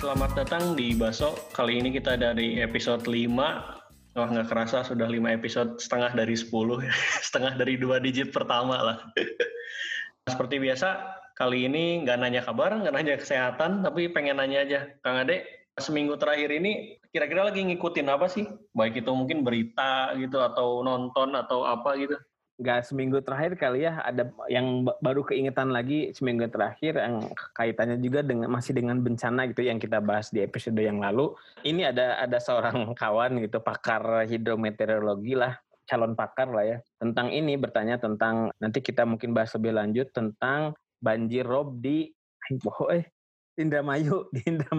selamat datang di Baso. Kali ini kita dari episode 5. Wah, nggak kerasa sudah 5 episode, setengah dari 10. Setengah dari 2 digit pertama lah. Seperti biasa, kali ini nggak nanya kabar, nggak nanya kesehatan, tapi pengen nanya aja. Kang Ade, seminggu terakhir ini kira-kira lagi ngikutin apa sih? Baik itu mungkin berita gitu, atau nonton, atau apa gitu. Nggak seminggu terakhir kali ya, ada yang baru keingetan lagi seminggu terakhir yang kaitannya juga masih dengan bencana gitu yang kita bahas di episode yang lalu. Ini ada seorang kawan gitu, pakar hidrometeorologi lah, calon pakar lah ya, tentang ini, bertanya tentang, nanti kita mungkin bahas lebih lanjut tentang banjir rob di Indramayu.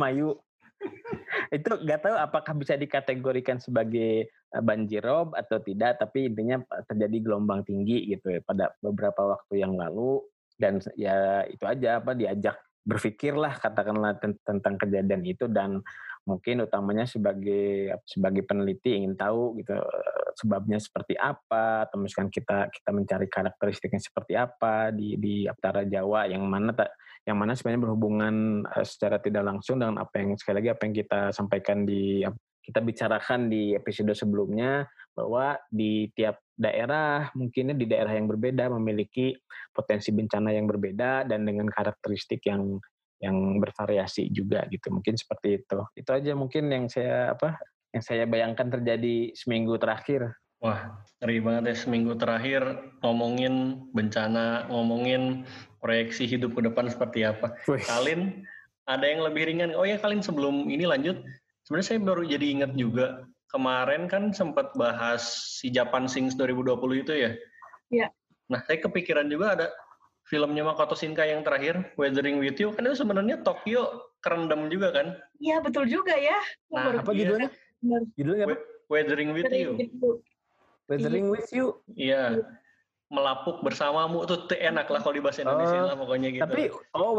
Itu nggak tahu apakah bisa dikategorikan sebagai banjir rob atau tidak, tapi intinya terjadi gelombang tinggi gitu ya pada beberapa waktu yang lalu, dan ya itu aja, diajak berpikirlah katakanlah tentang kejadian itu, dan mungkin utamanya sebagai peneliti ingin tahu gitu sebabnya seperti apa, atau misalkan kita mencari karakteristiknya seperti apa di utara Jawa yang mana sebenarnya berhubungan secara tidak langsung dengan apa yang kita sampaikan kita bicarakan di episode sebelumnya, bahwa di tiap daerah, mungkinnya di daerah yang berbeda memiliki potensi bencana yang berbeda dan dengan karakteristik yang bervariasi juga gitu. Mungkin seperti itu. Itu aja mungkin yang saya bayangkan terjadi seminggu terakhir. Wah, ngeri banget ya seminggu terakhir ngomongin bencana, ngomongin proyeksi hidup ke depan seperti apa. Kalin, ada yang lebih ringan? Oh ya Kalin, sebelum ini lanjut, sebenarnya saya baru jadi ingat juga, kemarin kan sempat bahas si Japan Sings 2020 itu ya? Iya. Nah, saya kepikiran juga ada filmnya Makoto Shinkai yang terakhir, Weathering with You, kan itu sebenarnya Tokyo kerendam juga kan? Iya, betul juga ya. Nah, apa judulnya? Judulnya apa? Weathering with You. Weathering with You. Iya. Melapuk bersamamu tuh enak lah kalau di bahasa Indonesia lah pokoknya gitu. Tapi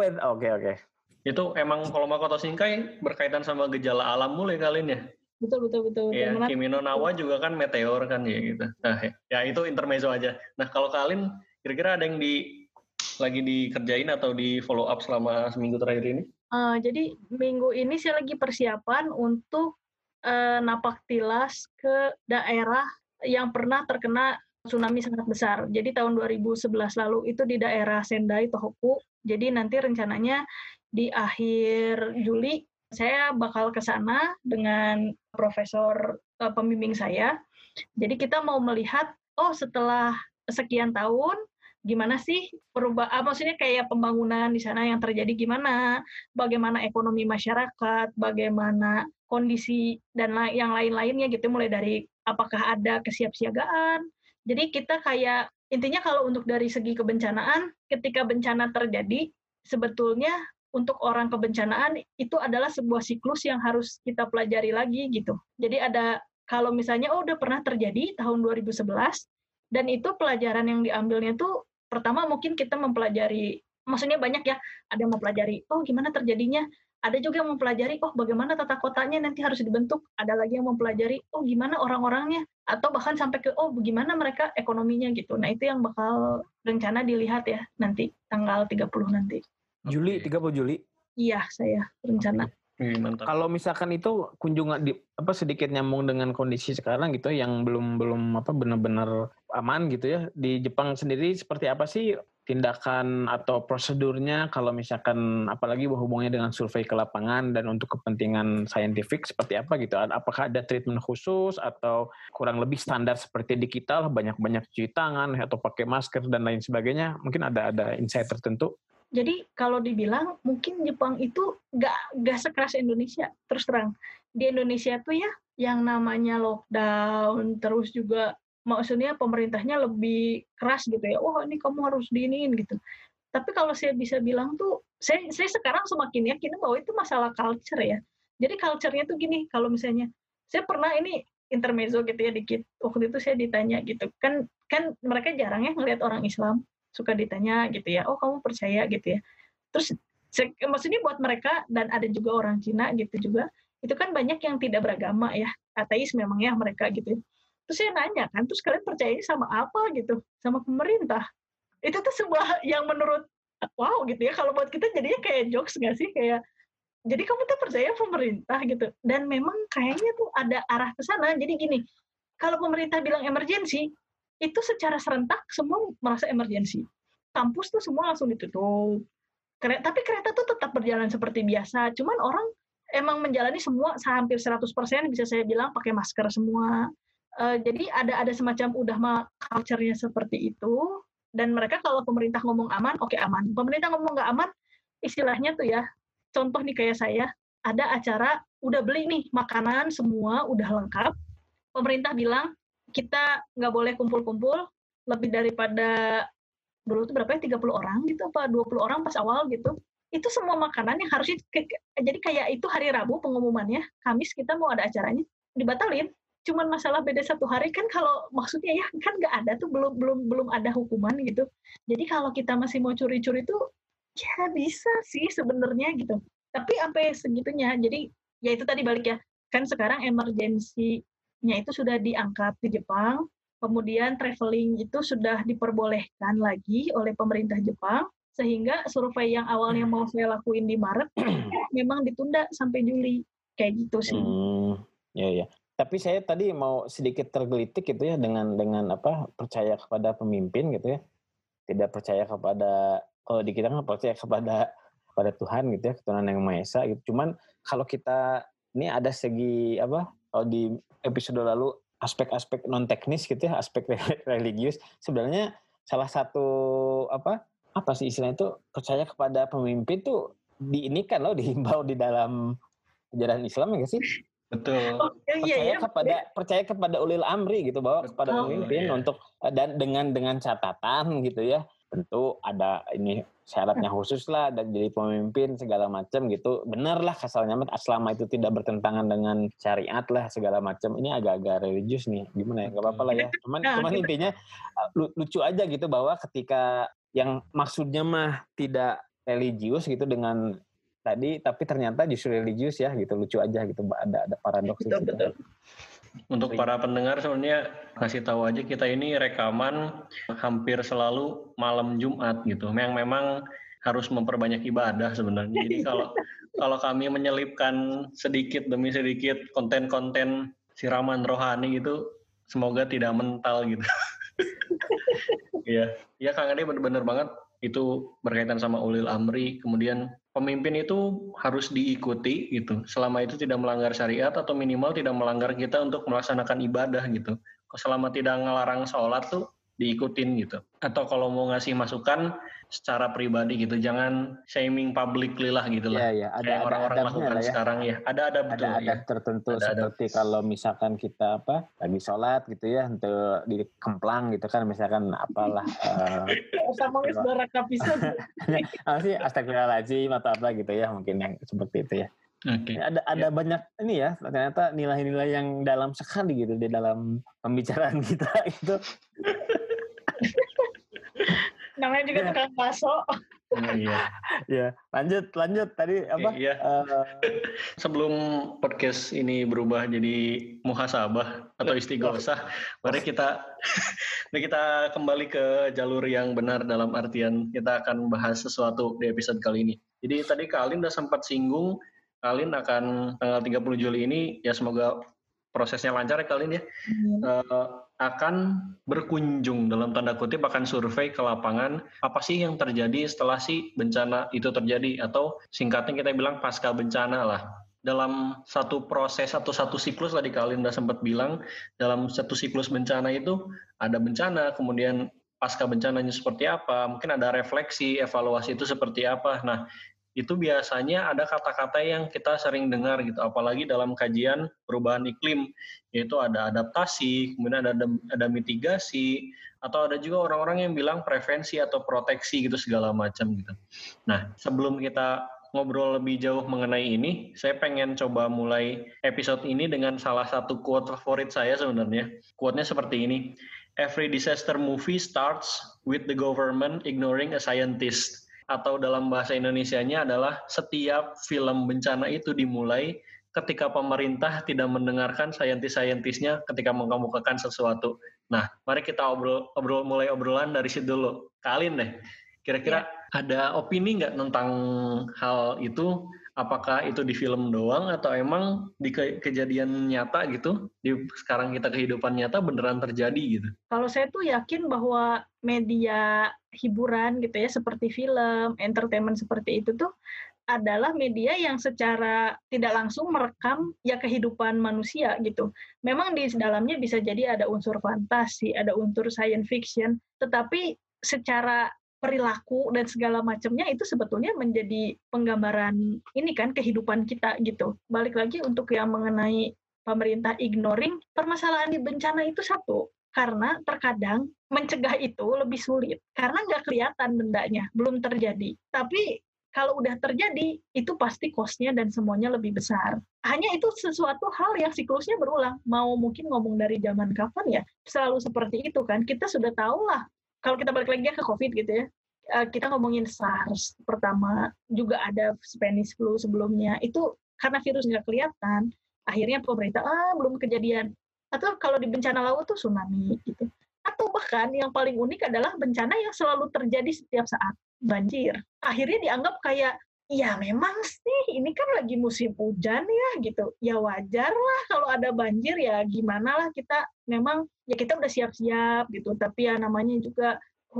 oke. Itu emang kalau Makoto Shinkai berkaitan sama gejala alam mulai kalian ya. Betul. Iya, Kimi no Nawa juga kan meteor kan ya gitu. Nah, ya itu intermezzo aja. Nah, kalau kalian kira-kira ada yang lagi dikerjain atau di follow up selama seminggu terakhir ini? Jadi minggu ini saya lagi persiapan untuk napak tilas ke daerah yang pernah terkena tsunami sangat besar. Jadi tahun 2011 lalu itu di daerah Sendai, Tohoku. Jadi nanti rencananya di akhir Juli saya bakal ke sana dengan profesor pembimbing saya. Jadi kita mau melihat, setelah sekian tahun gimana sih maksudnya kayak pembangunan di sana yang terjadi gimana, bagaimana ekonomi masyarakat, bagaimana kondisi dan yang lain-lainnya gitu, mulai dari apakah ada kesiapsiagaan. Jadi kita kayak intinya kalau untuk dari segi kebencanaan, ketika bencana terjadi, sebetulnya untuk orang kebencanaan itu adalah sebuah siklus yang harus kita pelajari lagi gitu. Jadi ada, kalau misalnya udah pernah terjadi tahun 2011, dan itu pelajaran yang diambilnya tuh pertama mungkin kita mempelajari, maksudnya banyak ya, ada yang mempelajari gimana terjadinya, ada juga yang mempelajari bagaimana tata kotanya nanti harus dibentuk, ada lagi yang mempelajari gimana orang-orangnya, atau bahkan sampai ke bagaimana mereka ekonominya gitu. Nah, itu yang bakal rencana dilihat ya nanti tanggal 30 nanti. 30 Juli? Iya, saya rencana. Kalau misalkan itu kunjungan sedikit nyambung dengan kondisi sekarang gitu yang belum benar-benar aman gitu ya, di Jepang sendiri seperti apa sih tindakan atau prosedurnya kalau misalkan apalagi berhubungannya dengan survei ke lapangan dan untuk kepentingan saintifik seperti apa gitu? Apakah ada treatment khusus atau kurang lebih standar seperti di kita lah, banyak-banyak cuci tangan atau pakai masker dan lain sebagainya? Mungkin ada insight tertentu? Jadi kalau dibilang mungkin Jepang itu nggak sekeras Indonesia, terus terang. Di Indonesia tuh ya yang namanya lockdown, terus juga maksudnya pemerintahnya lebih keras gitu ya. Ini kamu harus diiniin gitu. Tapi kalau saya bisa bilang tuh, saya sekarang semakin yakin bahwa itu masalah culture ya. Jadi culture-nya tuh gini, kalau misalnya saya pernah ini intermezzo gitu ya dikit. Waktu itu saya ditanya gitu, kan mereka jarang ya ngelihat orang Islam, suka ditanya gitu ya, kamu percaya gitu ya. Terus maksudnya buat mereka, dan ada juga orang Cina gitu juga, itu kan banyak yang tidak beragama ya, ateis memang ya mereka gitu. Terus saya nanya kan, terus kalian percayanya sama apa gitu? Sama pemerintah. Itu tuh sebuah yang menurut wow gitu ya, kalau buat kita jadinya kayak jokes nggak sih, kayak Jadi kamu tuh percaya pemerintah gitu. Dan memang kayaknya tuh ada arah ke sana. Jadi gini, kalau pemerintah bilang emergensi, itu secara serentak semua merasa emergensi. Kampus tuh semua langsung ditutup. Tapi kereta tuh tetap berjalan seperti biasa. Cuman orang emang menjalani semua hampir 100% bisa saya bilang pakai masker semua. Jadi ada semacam udah culture-nya seperti itu. Dan mereka kalau pemerintah ngomong aman, oke aman. Pemerintah ngomong nggak aman, istilahnya tuh ya, contoh nih kayak saya, ada acara, udah beli nih makanan semua, udah lengkap. Pemerintah bilang, kita nggak boleh kumpul-kumpul lebih daripada dulu tuh berapa ya, 30 orang gitu, apa 20 orang pas awal gitu. Itu semua makanan yang harusnya, jadi kayak itu hari Rabu pengumumannya, Kamis kita mau ada acaranya, dibatalin. Cuman masalah beda 1 hari kan, kalau maksudnya ya kan nggak ada tuh, belum ada hukuman gitu. Jadi kalau kita masih mau curi-curi tuh, ya bisa sih sebenarnya gitu. Tapi sampai segitunya, jadi ya itu tadi balik ya, kan sekarang emergensinya itu sudah diangkat di Jepang, kemudian traveling itu sudah diperbolehkan lagi oleh pemerintah Jepang, sehingga survei yang awalnya mau saya lakuin di Maret, memang ditunda sampai Juli. Kayak gitu sih. Ya. Tapi saya tadi mau sedikit tergelitik gitu ya dengan percaya kepada pemimpin gitu ya. Tidak percaya kepada, kalau di kita kan percaya kepada Tuhan gitu ya, ketuhanan yang Maha Esa gitu. Cuman kalau kita ini ada segi kalau di episode lalu aspek-aspek non teknis gitu ya, aspek religius, sebenarnya salah satu apa sih istilahnya itu, percaya kepada pemimpin tuh diinikan loh, dihimbau di dalam ajaran Islam ya sih? Betul. Percaya kepada ulil amri gitu, bahwa kepada pemimpin untuk, dan dengan catatan gitu ya, tentu ada ini syaratnya khusus lah, dan jadi pemimpin segala macam gitu. Benar lah kasalnya, selama itu tidak bertentangan dengan syariat lah segala macam. Ini agak-agak religius nih, gimana ya, nggak apa-apa lah ya. Cuman intinya lucu aja gitu, bahwa ketika yang maksudnya mah tidak religius gitu dengan tadi, tapi ternyata justru religius ya gitu. Lucu aja gitu, ada paradoks gitu. Betul. Untuk para pendengar sebenarnya kasih tahu aja, kita ini rekaman hampir selalu malam Jumat gitu, yang memang harus memperbanyak ibadah sebenarnya. Jadi kalau kami menyelipkan sedikit demi sedikit konten-konten siraman rohani gitu, semoga tidak mental gitu. Iya Kang Ade, benar-benar banget itu berkaitan sama ulil amri. Kemudian pemimpin itu harus diikuti gitu, selama itu tidak melanggar syariat atau minimal tidak melanggar kita untuk melaksanakan ibadah gitu. Selama tidak ngelarang sholat tuh diikutin gitu. Atau kalau mau ngasih masukan secara pribadi gitu, jangan shaming publicly lah gitu lah. Iya, kayak orang-orang lakukan ya sekarang ya. Ada adab tertentu, seperti kalau misalkan kita lagi sholat gitu ya, untuk di kemplang gitu kan, misalkan apalah sama saudara kapisan. sih astagfirullahaladzim atau apa gitu ya, mungkin yang seperti itu ya. Okay. Ada banyak ini ya, ternyata nilai-nilai yang dalam sekali gitu di dalam pembicaraan kita itu. Namanya juga tukang bakso. Iya. Ya, lanjut tadi apa? Iya. Sebelum podcast ini berubah jadi muhasabah atau istighosah, mari kita kembali ke jalur yang benar, dalam artian kita akan bahas sesuatu di episode kali ini. Jadi tadi Kak Alin udah sempat singgung, Kak Alin akan tanggal 30 Juli ini, ya semoga prosesnya lancar ya Kak Alin ya, akan berkunjung dalam tanda kutip, akan survei ke lapangan apa sih yang terjadi setelah si bencana itu terjadi, atau singkatnya kita bilang pasca bencana lah. Dalam satu proses atau satu siklus, tadi kalian udah sempat bilang, dalam satu siklus bencana itu ada bencana, kemudian pasca bencananya seperti apa, mungkin ada refleksi, evaluasi itu seperti apa. Nah, itu biasanya ada kata-kata yang kita sering dengar gitu, apalagi dalam kajian perubahan iklim, yaitu ada adaptasi, kemudian ada mitigasi, atau ada juga orang-orang yang bilang prevensi atau proteksi gitu, segala macam gitu. Nah, sebelum kita ngobrol lebih jauh mengenai ini, saya pengen coba mulai episode ini dengan salah satu quote favorit saya sebenarnya. Quote-nya seperti ini, "Every disaster movie starts with the government ignoring a scientist." Atau dalam bahasa Indonesianya adalah, setiap film bencana itu dimulai ketika pemerintah tidak mendengarkan saintis-saintisnya ketika mengemukakan sesuatu. Nah, mari kita mulai obrolan dari situ dulu. Kak Alin deh, kira-kira ada opini nggak tentang hal itu? apakah itu di film doang atau emang di kejadian nyata gitu, di sekarang kita kehidupan nyata beneran terjadi gitu? Kalau saya tuh yakin bahwa media hiburan gitu ya, seperti film, entertainment seperti itu tuh adalah media yang secara tidak langsung merekam ya kehidupan manusia gitu. Memang di dalamnya bisa jadi ada unsur fantasi, ada unsur science fiction, tetapi secara perilaku dan segala macamnya itu sebetulnya menjadi penggambaran ini kan kehidupan kita gitu. Balik lagi untuk yang mengenai pemerintah ignoring, permasalahan di bencana itu satu, karena terkadang mencegah itu lebih sulit karena nggak kelihatan bendanya, belum terjadi. Tapi kalau udah terjadi, itu pasti cost-nya dan semuanya lebih besar. Hanya itu sesuatu hal yang siklusnya berulang. Mau mungkin ngomong dari zaman kapan ya, selalu seperti itu kan. Kita sudah tahu lah, kalau kita balik lagi ke COVID gitu ya, kita ngomongin SARS pertama, juga ada Spanish flu sebelumnya, itu karena virus nggak kelihatan, akhirnya pemerintah, belum kejadian. Atau kalau di bencana laut tuh tsunami gitu. Atau bahkan yang paling unik adalah bencana yang selalu terjadi setiap saat, banjir. Akhirnya dianggap kayak, ya memang sih ini kan lagi musim hujan ya gitu. Ya wajar lah kalau ada banjir, ya gimana lah kita, memang ya kita udah siap-siap gitu. Tapi ya namanya juga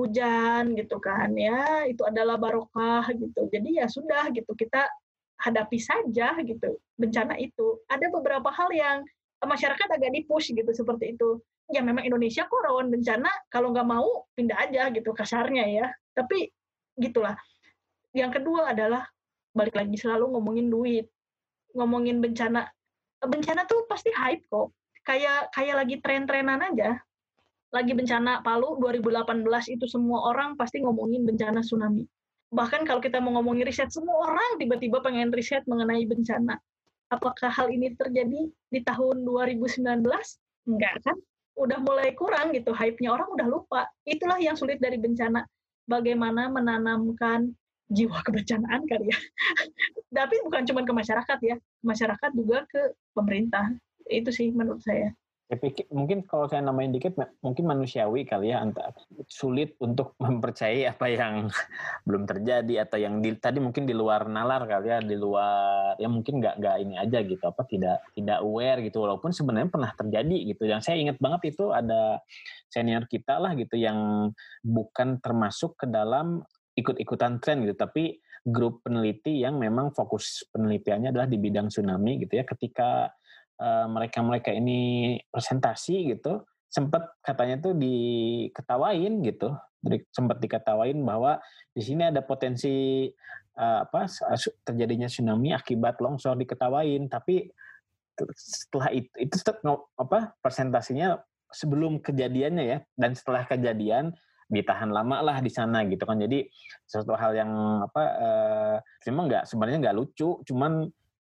hujan gitu kan ya, itu adalah barokah gitu. Jadi ya sudah gitu, kita hadapi saja gitu bencana itu. Ada beberapa hal yang masyarakat agak di-push gitu seperti itu. Ya memang Indonesia kok rawan bencana, kalau nggak mau pindah aja gitu kasarnya ya. Tapi gitulah. Yang kedua adalah balik lagi selalu ngomongin duit, ngomongin bencana. Bencana tuh pasti hype kok. Kayak lagi tren-trenan aja. Lagi bencana Palu 2018 itu semua orang pasti ngomongin bencana tsunami. Bahkan kalau kita mau ngomongin riset, semua orang tiba-tiba pengen riset mengenai bencana. Apakah hal ini terjadi di tahun 2019? Enggak kan? Udah mulai kurang gitu, hype-nya orang udah lupa. Itulah yang sulit dari bencana. Bagaimana menanamkan jiwa kebencanaan kali ya. Tapi bukan cuma ke masyarakat ya, masyarakat juga ke pemerintah. Itu sih menurut saya. Saya pikir, mungkin kalau saya namain dikit, mungkin manusiawi kali ya, sulit untuk mempercayai apa yang belum terjadi atau yang tadi mungkin di luar nalar kali ya, di luar ya mungkin nggak ini aja gitu, apa tidak aware gitu, walaupun sebenarnya pernah terjadi gitu. Yang saya ingat banget itu ada senior kita lah gitu yang bukan termasuk ke dalam ikut-ikutan tren gitu, tapi grup peneliti yang memang fokus penelitiannya adalah di bidang tsunami gitu ya. Ketika mereka ini presentasi gitu, sempat katanya tuh diketawain gitu, sempat diketawain bahwa di sini ada potensi terjadinya tsunami akibat longsor, diketawain. Tapi setelah itu presentasinya sebelum kejadiannya ya, dan setelah kejadian ditahan lama lah di sana gitu kan. Jadi sesuatu hal yang memang sebenarnya nggak lucu, cuman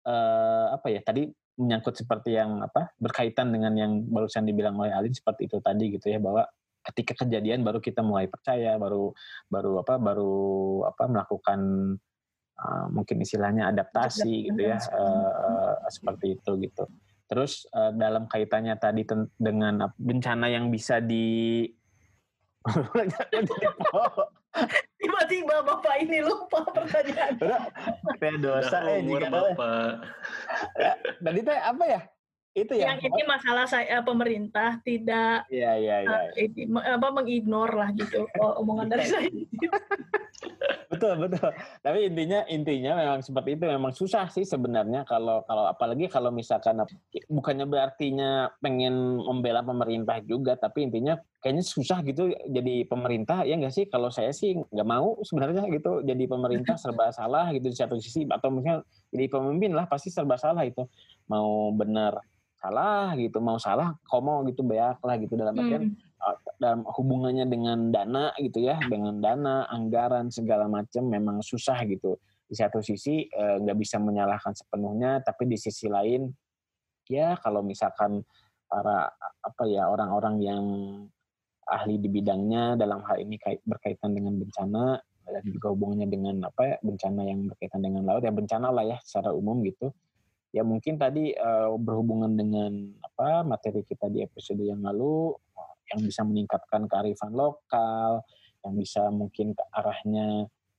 tadi menyangkut seperti yang berkaitan dengan yang barusan dibilang oleh Alin seperti itu tadi gitu ya, bahwa ketika kejadian baru kita mulai percaya, baru melakukan mungkin istilahnya adaptasi gitu ya, seperti itu gitu. Terus dalam kaitannya tadi dengan bencana yang bisa Tiba-tiba Bapak ini lupa pertanyaan. Kayak dosa jika Bapak. Tadi teh apa ya? Itu ya. Yang ini masalah pemerintah tidak mengignore lah gitu omongan dari saya. Betul. Tapi intinya memang seperti itu, memang susah sih sebenarnya kalau apalagi kalau misalkan bukannya berartinya pengen membela pemerintah juga, tapi intinya kayaknya susah gitu jadi pemerintah, ya nggak sih? Kalau saya sih nggak mau sebenarnya gitu jadi pemerintah, serba salah gitu di satu sisi, atau misalnya jadi pemimpin lah pasti serba salah itu, mau benar salah gitu, mau salah komo gitu beak lah gitu, dalam artian dalam hubungannya dengan dana gitu ya, dengan dana, anggaran segala macam memang susah gitu. Di satu sisi nggak bisa menyalahkan sepenuhnya, tapi di sisi lain ya kalau misalkan para orang-orang yang ahli di bidangnya dalam hal ini berkaitan dengan bencana dan juga hubungannya dengan bencana yang berkaitan dengan laut, ya bencana lah ya secara umum gitu. Ya mungkin tadi berhubungan dengan materi kita di episode yang lalu, yang bisa meningkatkan kearifan lokal, yang bisa mungkin ke arahnya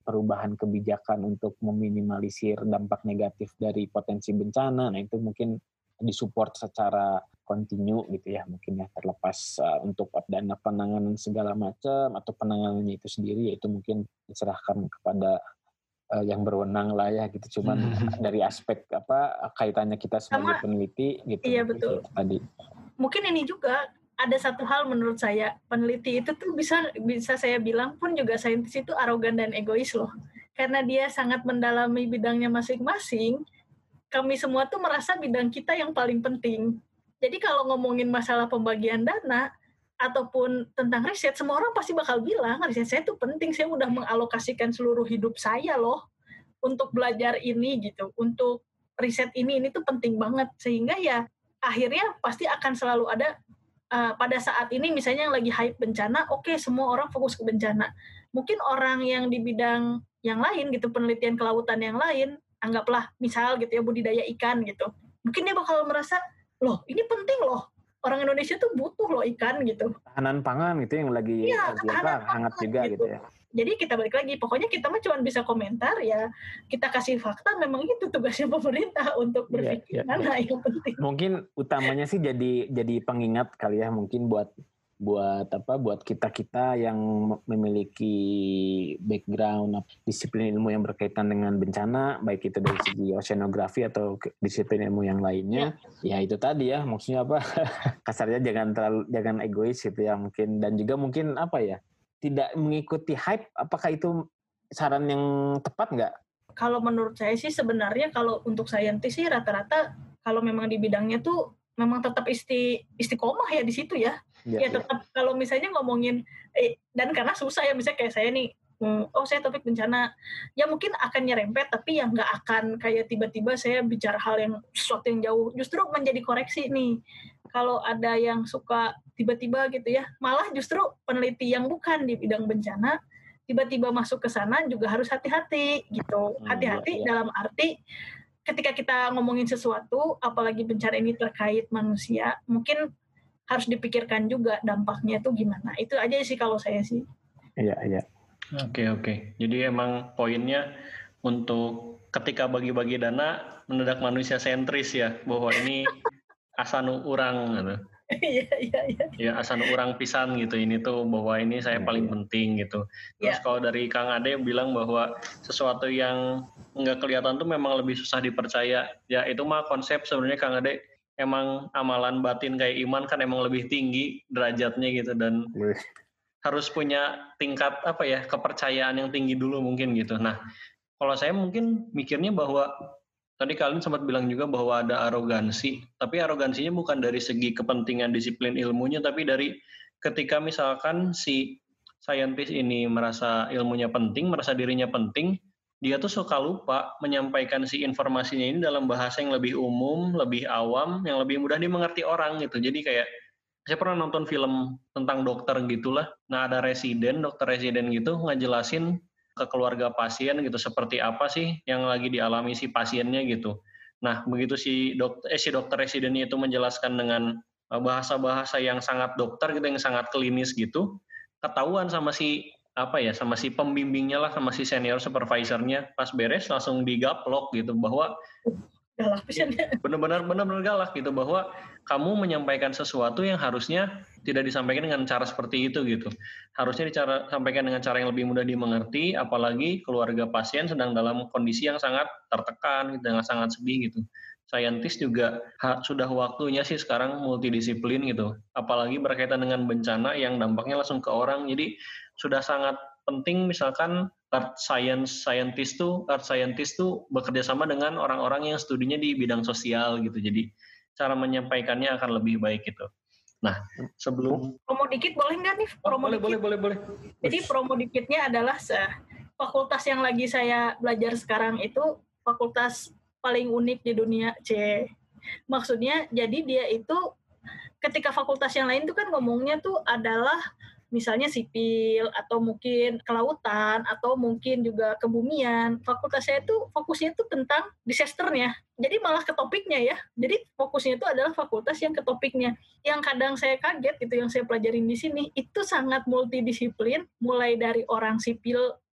perubahan kebijakan untuk meminimalisir dampak negatif dari potensi bencana. Nah itu mungkin disupport secara kontinu gitu ya, mungkin ya, terlepas untuk dana penanganan segala macam atau penanganannya itu sendiri, yaitu mungkin diserahkan kepada yang berwenang lah ya gitu. Cuman dari aspek kaitannya kita sebagai peneliti gitu. Iya betul. Tadi. Mungkin ini juga ada satu hal menurut saya, peneliti itu tuh bisa saya bilang pun juga saintis itu arogan dan egois loh. Karena dia sangat mendalami bidangnya masing-masing, kami semua tuh merasa bidang kita yang paling penting. Jadi kalau ngomongin masalah pembagian dana, ataupun tentang riset, semua orang pasti bakal bilang, riset saya tuh penting, saya udah mengalokasikan seluruh hidup saya loh, untuk belajar ini gitu, untuk riset ini tuh penting banget. Sehingga ya, akhirnya pasti akan selalu ada pada saat ini misalnya yang lagi hype bencana, oke, semua orang fokus ke bencana. Mungkin orang yang di bidang yang lain gitu, penelitian kelautan yang lain, anggaplah misal gitu ya budidaya ikan gitu. Mungkin dia bakal merasa, loh ini penting loh. Orang Indonesia tuh butuh loh ikan gitu. Tahanan pangan gitu yang lagi hangat juga gitu ya. Jadi kita balik lagi, pokoknya kita mah cuma bisa komentar ya, kita kasih fakta, memang itu tugasnya pemerintah untuk berpikir mana yang penting. Mungkin utamanya sih jadi pengingat kali ya, mungkin buat kita yang memiliki background disiplin ilmu yang berkaitan dengan bencana, baik itu dari segi oceanografi atau disiplin ilmu yang lainnya. Ya itu tadi ya, maksudnya kasarnya jangan egois gitu ya mungkin, dan juga mungkin tidak mengikuti hype. Apakah itu saran yang tepat nggak? Kalau menurut saya sih sebenarnya kalau untuk saintis sih rata-rata kalau memang di bidangnya tuh memang tetap istiqomah ya di situ ya. Ya tetap kalau misalnya ngomongin dan karena susah ya, misalnya kayak saya nih, saya topik bencana, ya mungkin akan nyerempet, tapi ya nggak akan kayak tiba-tiba saya bicara hal yang sesuatu yang jauh, justru menjadi koreksi nih. Kalau ada yang suka tiba-tiba gitu ya, malah justru peneliti yang bukan di bidang bencana tiba-tiba masuk ke sana juga harus hati-hati gitu. Hati-hati dalam arti ketika kita ngomongin sesuatu, apalagi bencana ini terkait manusia, mungkin harus dipikirkan juga dampaknya itu gimana. Itu aja sih kalau saya sih. Iya. Oke. Jadi emang poinnya untuk ketika bagi-bagi dana mendadak manusia sentris ya, bahwa ini asanu urang gitu. Iya. Ya asanu urang pisan gitu, ini tuh bahwa ini saya paling penting gitu. Terus kalau dari Kang Ade bilang bahwa sesuatu yang nggak kelihatan tuh memang lebih susah dipercaya. Ya itu mah konsep sebenarnya Kang Ade, emang amalan batin kayak iman kan emang lebih tinggi derajatnya gitu, dan harus punya tingkat kepercayaan yang tinggi dulu mungkin gitu. Nah, kalau saya mungkin mikirnya bahwa tadi kalian sempat bilang juga bahwa ada arogansi, tapi arogansinya bukan dari segi kepentingan disiplin ilmunya, tapi dari ketika misalkan si saintis ini merasa ilmunya penting, merasa dirinya penting, dia tuh suka lupa menyampaikan si informasinya ini dalam bahasa yang lebih umum, lebih awam, yang lebih mudah dimengerti orang gitu. Jadi kayak saya pernah nonton film tentang dokter gitulah. Nah ada dokter residen gitu ngejelasin ke keluarga pasien gitu seperti apa sih yang lagi dialami si pasiennya gitu. Nah begitu si dokter residennya itu menjelaskan dengan bahasa-bahasa yang sangat dokter gitu, yang sangat klinis gitu, ketahuan sama si pembimbingnya lah, sama si senior supervisornya, pas beres langsung digaplok gitu bahwa galak pisannya. Benar-benar galak gitu, bahwa kamu menyampaikan sesuatu yang harusnya tidak disampaikan dengan cara seperti itu gitu. Harusnya disampaikan dengan cara yang lebih mudah dimengerti, apalagi keluarga pasien sedang dalam kondisi yang sangat tertekan, dengan sangat sedih gitu. Saintis juga sudah waktunya sih sekarang multidisiplin gitu. Apalagi berkaitan dengan bencana yang dampaknya langsung ke orang. Jadi sudah sangat penting misalkan earth scientist tuh bekerja sama dengan orang-orang yang studinya di bidang sosial gitu. Jadi cara menyampaikannya akan lebih baik gitu. Nah, sebelum promo dikit boleh nggak nih? Boleh. Jadi promo dikitnya adalah fakultas yang lagi saya belajar sekarang itu fakultas paling unik di dunia, Maksudnya jadi dia itu ketika fakultas yang lain tuh kan ngomongnya tuh adalah misalnya sipil atau mungkin kelautan atau mungkin juga kebumian. Fakultas saya tuh fokusnya tuh tentang disasternya. Jadi malah ke topiknya ya. Jadi fokusnya itu adalah fakultas yang ke topiknya. Yang kadang saya kaget gitu yang saya pelajarin di sini itu sangat multidisiplin, mulai dari orang sipil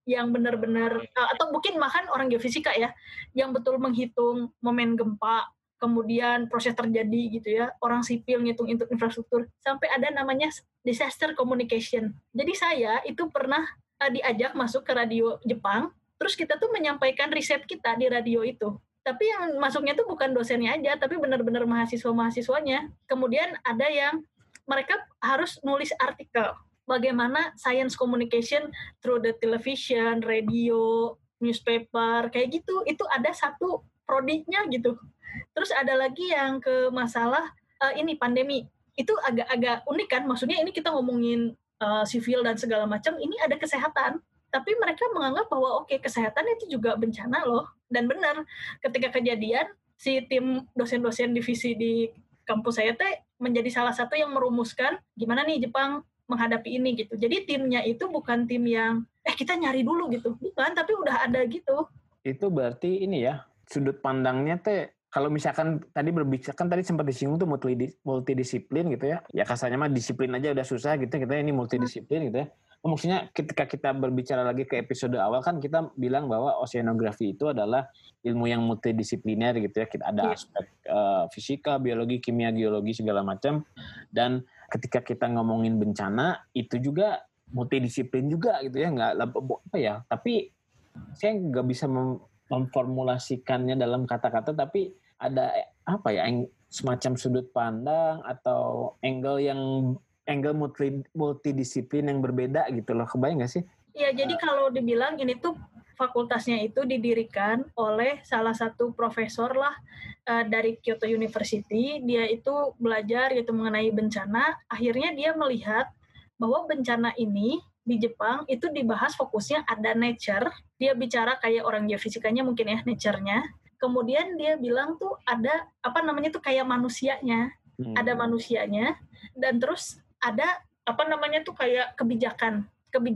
yang benar-benar atau mungkin bahkan orang geofisika ya, yang betul menghitung momen gempa, kemudian proses terjadi gitu ya, orang sipil ngitung infrastruktur, sampai ada namanya disaster communication. Jadi saya itu pernah diajak masuk ke radio Jepang, terus kita tuh menyampaikan riset kita di radio itu. Tapi yang masuknya tuh bukan dosennya aja, tapi benar-benar mahasiswa-mahasiswanya. Kemudian ada yang mereka harus nulis artikel bagaimana science communication through the television, radio, newspaper, kayak gitu. Itu ada satu prodiknya gitu. Terus ada lagi yang ke masalah ini pandemi. Itu agak-agak unik kan, maksudnya ini kita ngomongin sivil dan segala macam, ini ada kesehatan. Tapi mereka menganggap bahwa oke, kesehatan itu juga bencana loh. Dan benar, ketika kejadian, si tim dosen-dosen divisi di kampus saya teh menjadi salah satu yang merumuskan gimana nih Jepang menghadapi ini gitu. Jadi timnya itu bukan tim yang kita nyari dulu gitu. Bukan, tapi udah ada gitu. Itu berarti ini ya, sudut pandangnya teh kalau misalkan tadi berbicara kan tadi sempat disinggung tuh multidisiplin gitu ya. Ya kasarnya mah disiplin aja udah susah gitu, kita ini multidisiplin gitu ya. Maksudnya ketika kita berbicara lagi ke episode awal kan kita bilang bahwa oceanografi itu adalah ilmu yang multidisipliner gitu ya. Kita ada aspek fisika, biologi, kimia, geologi segala macam. Dan ketika kita ngomongin bencana itu juga multidisiplin juga gitu ya. Nggak apa ya? Tapi saya nggak bisa memformulasikannya dalam kata-kata. Tapi ada apa ya? Semacam sudut pandang atau angle multidisiplin yang berbeda gitu loh. Kebayang nggak sih? Iya, jadi kalau dibilang ini tuh fakultasnya itu didirikan oleh salah satu profesor lah dari Kyoto University. Dia itu belajar gitu mengenai bencana. Akhirnya dia melihat bahwa bencana ini di Jepang itu dibahas fokusnya ada nature. Dia bicara kayak orang geofisikanya mungkin ya, nature-nya. Kemudian dia bilang tuh ada apa namanya tuh kayak manusianya. Ada manusianya dan terus ada apa namanya tuh kayak kebijakan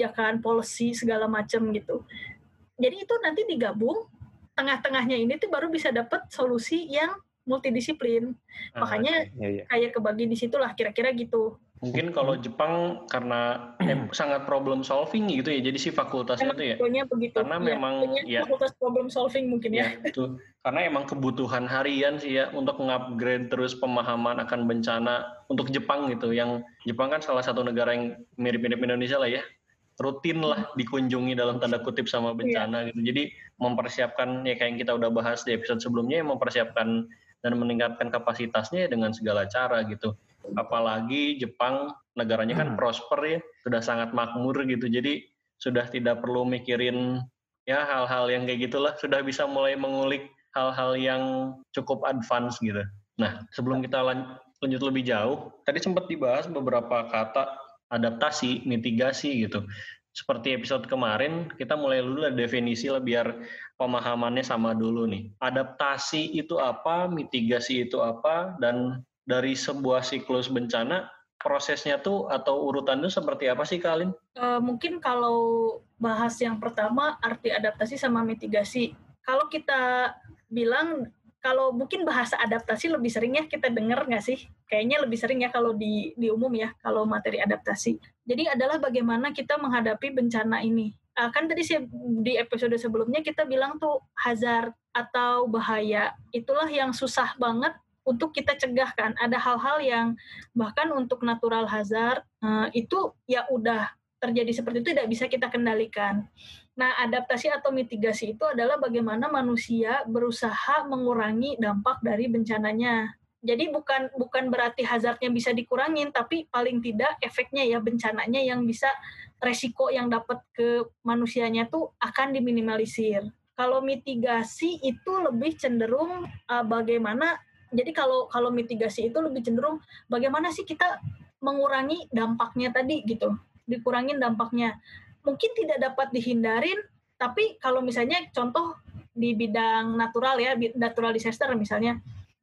policy segala macam gitu. Jadi itu nanti digabung, tengah-tengahnya ini tuh baru bisa dapat solusi yang multidisiplin. Makanya kayak kebagi di situlah kira-kira gitu. Mungkin kalau Jepang karena sangat problem solving gitu ya, jadi si fakultasnya itu ya. Begitu. Karena memang ya fakultas problem solving mungkin ya. Betul. Karena emang kebutuhan harian sih ya untuk mengupgrade terus pemahaman akan bencana untuk Jepang gitu. Yang Jepang kan salah satu negara yang mirip-mirip Indonesia lah ya. Rutin lah dikunjungi dalam tanda kutip sama bencana gitu. Jadi mempersiapkan ya kayak yang kita udah bahas di episode sebelumnya, mempersiapkan dan meningkatkan kapasitasnya dengan segala cara gitu. Apalagi Jepang negaranya kan prosper ya, sudah sangat makmur gitu. Jadi sudah tidak perlu mikirin ya hal-hal yang kayak gitulah, sudah bisa mulai mengulik hal-hal yang cukup advance gitu. Nah, sebelum kita lanjut lebih jauh, tadi sempat dibahas beberapa kata adaptasi, mitigasi gitu. Seperti episode kemarin, kita mulai dulu lah definisi lah biar pemahamannya sama dulu nih. Adaptasi itu apa, mitigasi itu apa, dan dari sebuah siklus bencana, prosesnya tuh atau urutannya seperti apa sih Kalin? Mungkin kalau bahas yang pertama, arti adaptasi sama mitigasi. Kalau kita bilang, kalau mungkin bahasa adaptasi lebih sering ya kita dengar nggak sih? Kayaknya lebih sering ya kalau di umum ya, kalau materi adaptasi. Jadi adalah bagaimana kita menghadapi bencana ini. Kan tadi di episode sebelumnya kita bilang tuh hazard atau bahaya. Itulah yang susah banget untuk kita cegah kan. Ada hal-hal yang bahkan untuk natural hazard itu ya udah terjadi seperti itu tidak bisa kita kendalikan. Nah, adaptasi atau mitigasi itu adalah bagaimana manusia berusaha mengurangi dampak dari bencananya. Jadi bukan berarti hazardnya bisa dikurangin, tapi paling tidak efeknya ya bencananya yang bisa resiko yang dapat ke manusianya tuh akan diminimalisir. Kalau mitigasi itu lebih cenderung bagaimana. Jadi kalau mitigasi itu lebih cenderung bagaimana sih kita mengurangi dampaknya tadi gitu, dikurangin dampaknya. Mungkin tidak dapat dihindarin, tapi kalau misalnya contoh di bidang natural ya, natural disaster misalnya,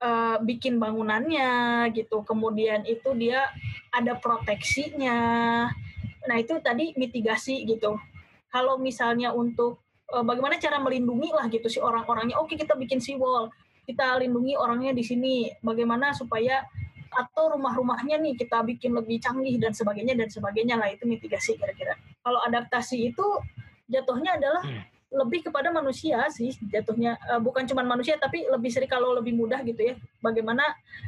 bikin bangunannya gitu, kemudian itu dia ada proteksinya. Nah itu tadi mitigasi gitu. Kalau misalnya untuk bagaimana cara melindungi lah gitu si orang-orangnya, oke kita bikin seawall, kita lindungi orangnya di sini, bagaimana supaya atau rumah-rumahnya nih kita bikin lebih canggih dan sebagainya lah, itu mitigasi kira-kira. Kalau adaptasi itu jatuhnya adalah lebih kepada manusia sih jatuhnya, bukan cuma manusia tapi lebih sering kalau lebih mudah gitu ya, bagaimana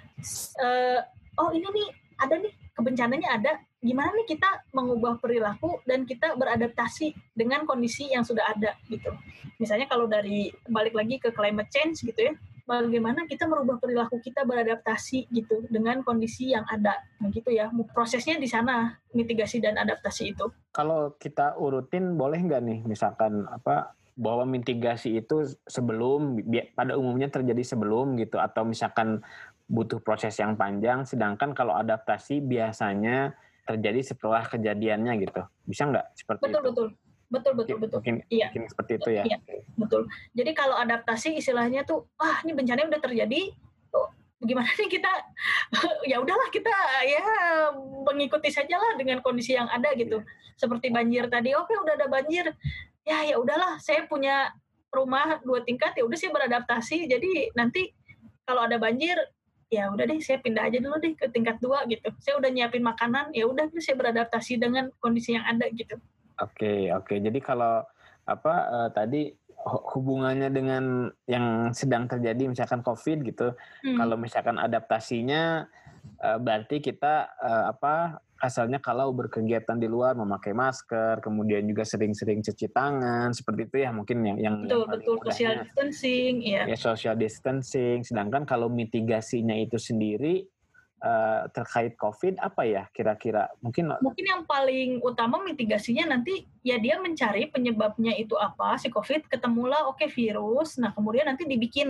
oh ini nih ada nih kebencananya ada, gimana nih kita mengubah perilaku dan kita beradaptasi dengan kondisi yang sudah ada gitu. Misalnya kalau dari balik lagi ke climate change gitu ya, bagaimana kita merubah perilaku kita beradaptasi gitu dengan kondisi yang ada. Nah gitu ya, prosesnya di sana mitigasi dan adaptasi itu. Kalau kita urutin boleh nggak nih misalkan bahwa mitigasi itu sebelum pada umumnya terjadi sebelum gitu, atau misalkan butuh proses yang panjang, sedangkan kalau adaptasi biasanya terjadi setelah kejadiannya gitu. Bisa nggak seperti itu? Betul. Mungkin seperti itu ya. Iya, betul. Jadi kalau adaptasi istilahnya tuh, ini bencananya udah terjadi, gimana nih kita, ya udahlah kita ya mengikuti sajalah dengan kondisi yang ada gitu. Seperti banjir tadi, oke udah ada banjir, ya udahlah saya punya rumah 2 tingkat, ya udah saya beradaptasi. Jadi nanti kalau ada banjir, ya udah deh saya pindah aja dulu deh ke tingkat 2 gitu. Saya udah nyiapin makanan, ya udah saya beradaptasi dengan kondisi yang ada gitu. Oke. Jadi kalau tadi hubungannya dengan yang sedang terjadi misalkan COVID gitu, kalau misalkan adaptasinya berarti kita asalnya kalau berkegiatan di luar memakai masker, kemudian juga sering-sering cuci tangan, seperti itu ya mungkin yang betul social distancing ya. Social distancing. Sedangkan kalau mitigasinya itu sendiri terkait COVID apa ya kira-kira? Mungkin yang paling utama mitigasinya nanti ya dia mencari penyebabnya itu apa si COVID, ketemulah virus, nah kemudian nanti dibikin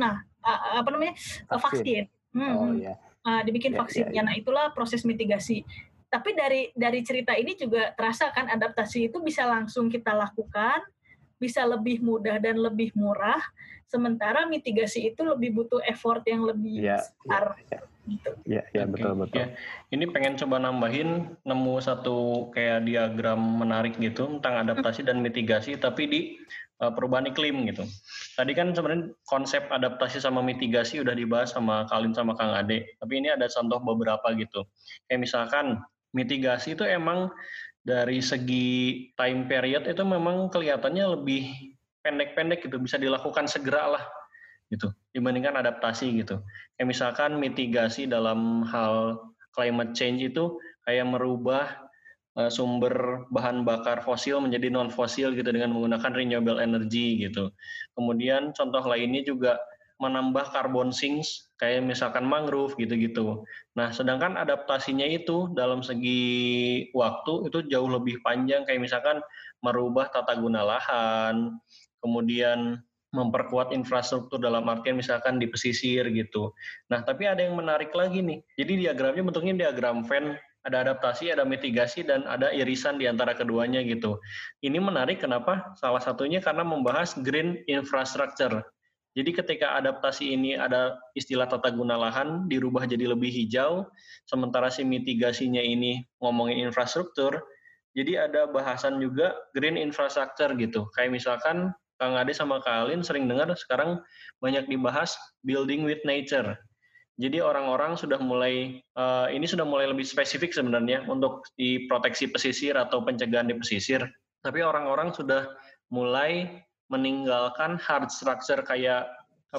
vaksin. Dibikin vaksinnya. Nah itulah proses mitigasi. Tapi dari cerita ini juga terasa kan adaptasi itu bisa langsung kita lakukan, bisa lebih mudah dan lebih murah, sementara mitigasi itu lebih butuh effort yang lebih besar. Gitu. Ya betul. Ya. Ini pengen coba nambahin, nemu satu kayak diagram menarik gitu tentang adaptasi dan mitigasi, tapi di perubahan iklim gitu. Tadi kan sebenarnya konsep adaptasi sama mitigasi udah dibahas sama Kalin sama Kang Ade, tapi ini ada contoh beberapa gitu. Kayak misalkan mitigasi itu emang dari segi time period itu memang kelihatannya lebih pendek-pendek gitu, bisa dilakukan segera lah gitu dibandingkan adaptasi gitu. Kayak misalkan mitigasi dalam hal climate change itu kayak merubah sumber bahan bakar fosil menjadi non fosil gitu dengan menggunakan renewable energy gitu. Kemudian contoh lainnya juga menambah carbon sinks kayak misalkan mangrove gitu-gitu. Nah, sedangkan adaptasinya itu dalam segi waktu itu jauh lebih panjang, kayak misalkan merubah tata guna lahan, kemudian memperkuat infrastruktur dalam artian misalkan di pesisir gitu. Nah, tapi ada yang menarik lagi nih. Jadi diagramnya bentuknya diagram Venn, ada adaptasi, ada mitigasi, dan ada irisan di antara keduanya gitu. Ini menarik kenapa? Salah satunya karena membahas green infrastructure. Jadi ketika adaptasi ini ada istilah tata guna lahan dirubah jadi lebih hijau, sementara si mitigasinya ini ngomongin infrastruktur, jadi ada bahasan juga green infrastructure gitu. Kayak misalkan Kang Ade sama Kak Alin sering dengar sekarang banyak dibahas building with nature. Jadi orang-orang sudah mulai, ini sudah mulai lebih spesifik sebenarnya untuk di proteksi pesisir atau pencegahan di pesisir. Tapi orang-orang sudah mulai meninggalkan hard structure kayak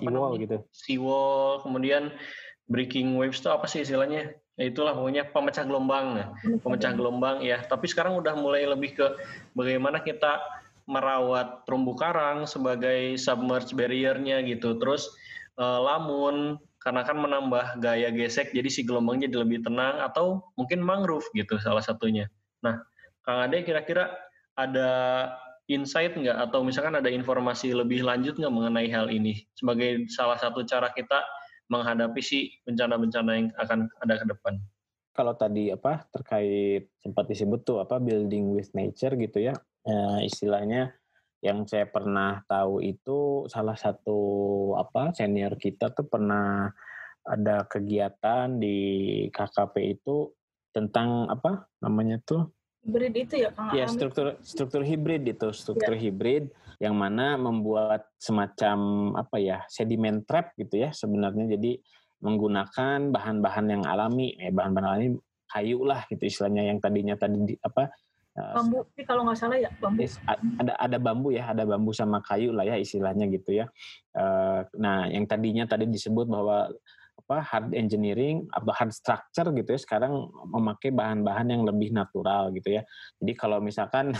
seawall, kemudian breaking waves itu apa sih istilahnya? Ya itulah pokoknya pemecah gelombang. Pemecah gelombang ya. Tapi sekarang udah mulai lebih ke bagaimana kita merawat terumbu karang sebagai submerged barrier-nya gitu. Terus lamun karena kan menambah gaya gesek jadi si gelombangnya jadi lebih tenang, atau mungkin mangrove gitu salah satunya. Nah, Kang Ade kira-kira ada insight nggak atau misalkan ada informasi lebih lanjut nggak mengenai hal ini sebagai salah satu cara kita menghadapi si bencana-bencana yang akan ada ke depan? Kalau tadi terkait sempat disebut tuh building with nature gitu ya, istilahnya yang saya pernah tahu itu salah satu senior kita tuh pernah ada kegiatan di KKP itu tentang namanya tuh hibrid itu ya Kang? Ya, struktur hibrid itu, hibrid yang mana membuat semacam sedimen trap gitu ya sebenarnya. Jadi menggunakan bahan-bahan yang alami, bahan-bahan alami kayu lah gitu istilahnya, yang tadinya Bambu, kalau nggak salah ya bambu. Ada bambu ya, ada bambu sama kayu lah ya istilahnya gitu ya. Nah, yang tadi disebut bahwa hard engineering atau hard structure gitu ya, sekarang memakai bahan-bahan yang lebih natural gitu ya. Jadi kalau misalkan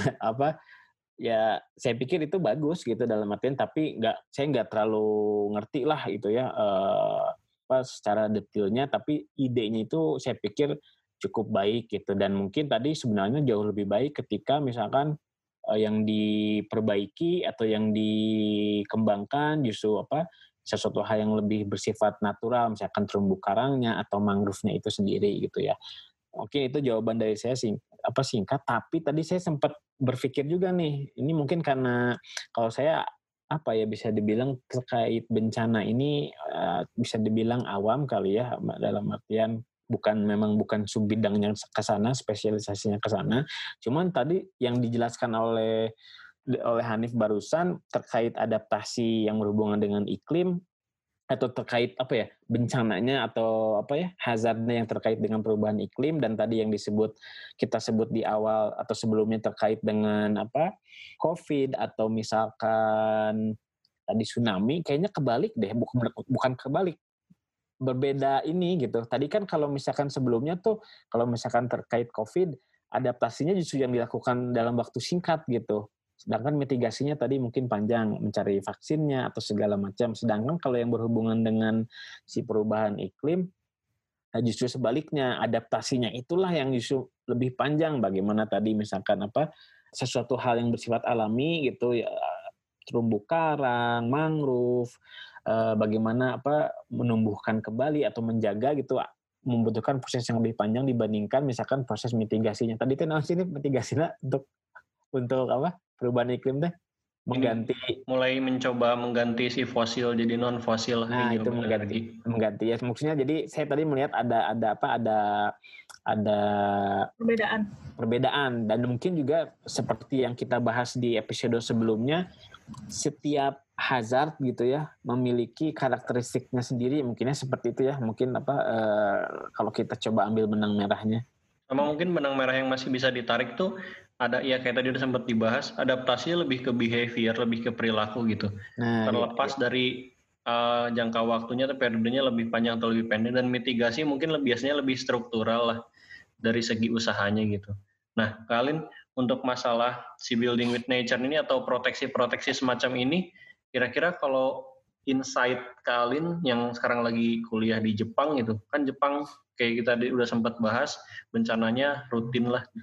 ya saya pikir itu bagus gitu dalam artian, tapi saya nggak terlalu ngerti lah gitu ya secara detailnya, tapi idenya itu saya pikir cukup baik gitu, dan mungkin tadi sebenarnya jauh lebih baik ketika misalkan yang diperbaiki atau yang dikembangkan justru sesuatu hal yang lebih bersifat natural, misalkan terumbu karangnya atau mangrove-nya itu sendiri gitu ya. Oke, itu jawaban dari saya singkat, tapi tadi saya sempat berpikir juga nih, ini mungkin karena kalau saya bisa dibilang terkait bencana ini bisa dibilang awam kali ya, dalam artian bukan sub bidangnya ke sana, spesialisasinya ke sana. Cuman tadi yang dijelaskan oleh Hanif barusan terkait adaptasi yang berhubungan dengan iklim atau terkait bencananya atau hazardnya yang terkait dengan perubahan iklim, dan tadi yang kita sebut di awal atau sebelumnya terkait dengan COVID atau misalkan tadi tsunami, kayaknya kebalik deh, bukan kebalik, berbeda ini gitu. Tadi kan kalau misalkan sebelumnya tuh kalau misalkan terkait COVID, adaptasinya justru yang dilakukan dalam waktu singkat gitu. Sedangkan mitigasinya tadi mungkin panjang, mencari vaksinnya atau segala macam. Sedangkan kalau yang berhubungan dengan si perubahan iklim, justru sebaliknya, adaptasinya itulah yang justru lebih panjang. Bagaimana tadi misalkan sesuatu hal yang bersifat alami gitu ya, terumbu karang, mangrove, bagaimana menumbuhkan kembali atau menjaga gitu, membutuhkan proses yang lebih panjang dibandingkan misalkan proses mitigasinya. Tadi kan sini mitigasinya untuk perubahan iklim teh mulai mencoba mengganti si fosil jadi non fosil. Nah, itu mengganti ya, maksudnya jadi saya tadi melihat ada perbedaan, dan mungkin juga seperti yang kita bahas di episode sebelumnya, setiap hazard gitu ya memiliki karakteristiknya sendiri, mungkinnya seperti itu ya, mungkin kalau kita coba ambil benang merahnya. Sama mungkin benang merah yang masih bisa ditarik tuh ada ya kayak tadi udah sempat dibahas, adaptasinya lebih ke behavior, lebih ke perilaku gitu. Nah, terlepas dari jangka waktunya atau periodenya lebih panjang atau lebih pendek, dan mitigasi mungkin biasanya lebih struktural lah dari segi usahanya gitu. Nah, kalian untuk masalah si building with nature ini atau proteksi semacam ini, kira-kira kalau insight kalian yang sekarang lagi kuliah di Jepang gitu, kan Jepang kayak kita udah sempat bahas, bencananya rutin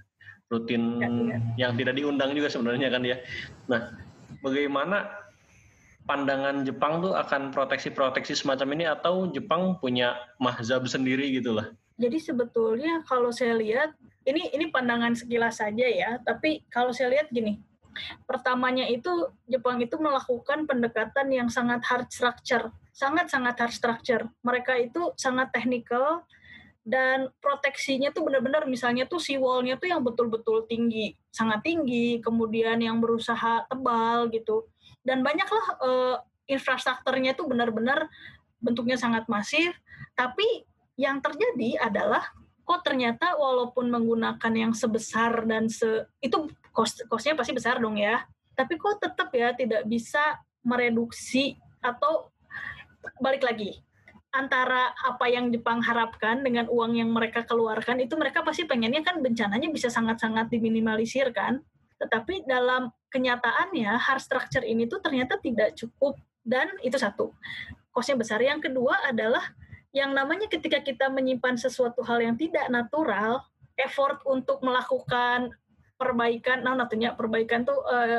yang tidak diundang juga sebenarnya kan ya. Nah, bagaimana pandangan Jepang tuh akan proteksi semacam ini, atau Jepang punya mazhab sendiri gitu lah? Jadi sebetulnya kalau saya lihat, ini pandangan sekilas saja ya, tapi kalau saya lihat gini, pertamanya itu Jepang itu melakukan pendekatan yang sangat hard structure, sangat-sangat hard structure. Mereka itu sangat teknikal, dan proteksinya tuh benar-benar, misalnya tuh seawall-nya tuh yang betul-betul tinggi, sangat tinggi, kemudian yang berusaha tebal gitu. Dan banyaklah infrastrukturnya tuh benar-benar bentuknya sangat masif, tapi yang terjadi adalah kok ternyata walaupun menggunakan yang sebesar dan itu cost-nya pasti besar dong ya, tapi kok tetap ya tidak bisa mereduksi atau balik lagi antara apa yang Jepang harapkan dengan uang yang mereka keluarkan, itu mereka pasti pengennya kan bencananya bisa sangat-sangat diminimalisir kan. Tetapi dalam kenyataannya hard structure ini tuh ternyata tidak cukup, dan itu satu, cost-nya besar. Yang kedua adalah yang namanya ketika kita menyimpan sesuatu hal yang tidak natural, effort untuk melakukan perbaikan, perbaikan tuh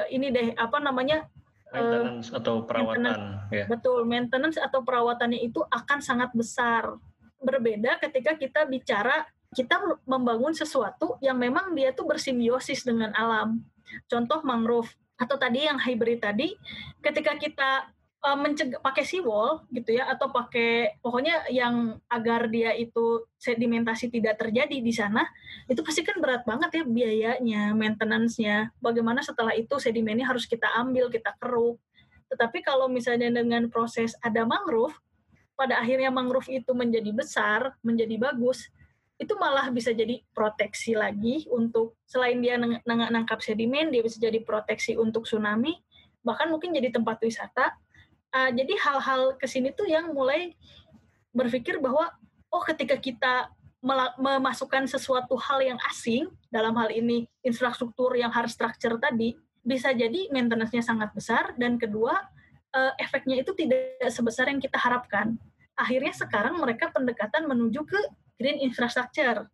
maintenance atau perawatan. Betul, maintenance atau perawatannya itu akan sangat besar. Berbeda ketika kita bicara, kita membangun sesuatu yang memang dia tuh bersimbiosis dengan alam. Contoh mangrove, atau tadi yang hybrid tadi, ketika kita pakai seawall gitu ya, atau pakai pokoknya yang agar dia itu sedimentasi tidak terjadi di sana, itu pasti kan berat banget ya biayanya, maintenance-nya. Bagaimana setelah itu sedimennya harus kita ambil, kita keruk. Tetapi kalau misalnya dengan proses ada mangrove, pada akhirnya mangrove itu menjadi besar, menjadi bagus, itu malah bisa jadi proteksi lagi untuk selain dia nangkap sedimen, dia bisa jadi proteksi untuk tsunami, bahkan mungkin jadi tempat wisata. Jadi hal-hal kesini tuh yang mulai berpikir bahwa ketika kita memasukkan sesuatu hal yang asing, dalam hal ini infrastruktur yang hard structure tadi, bisa jadi maintenance-nya sangat besar, dan kedua, efeknya itu tidak sebesar yang kita harapkan. Akhirnya sekarang mereka pendekatan menuju ke green infrastructure.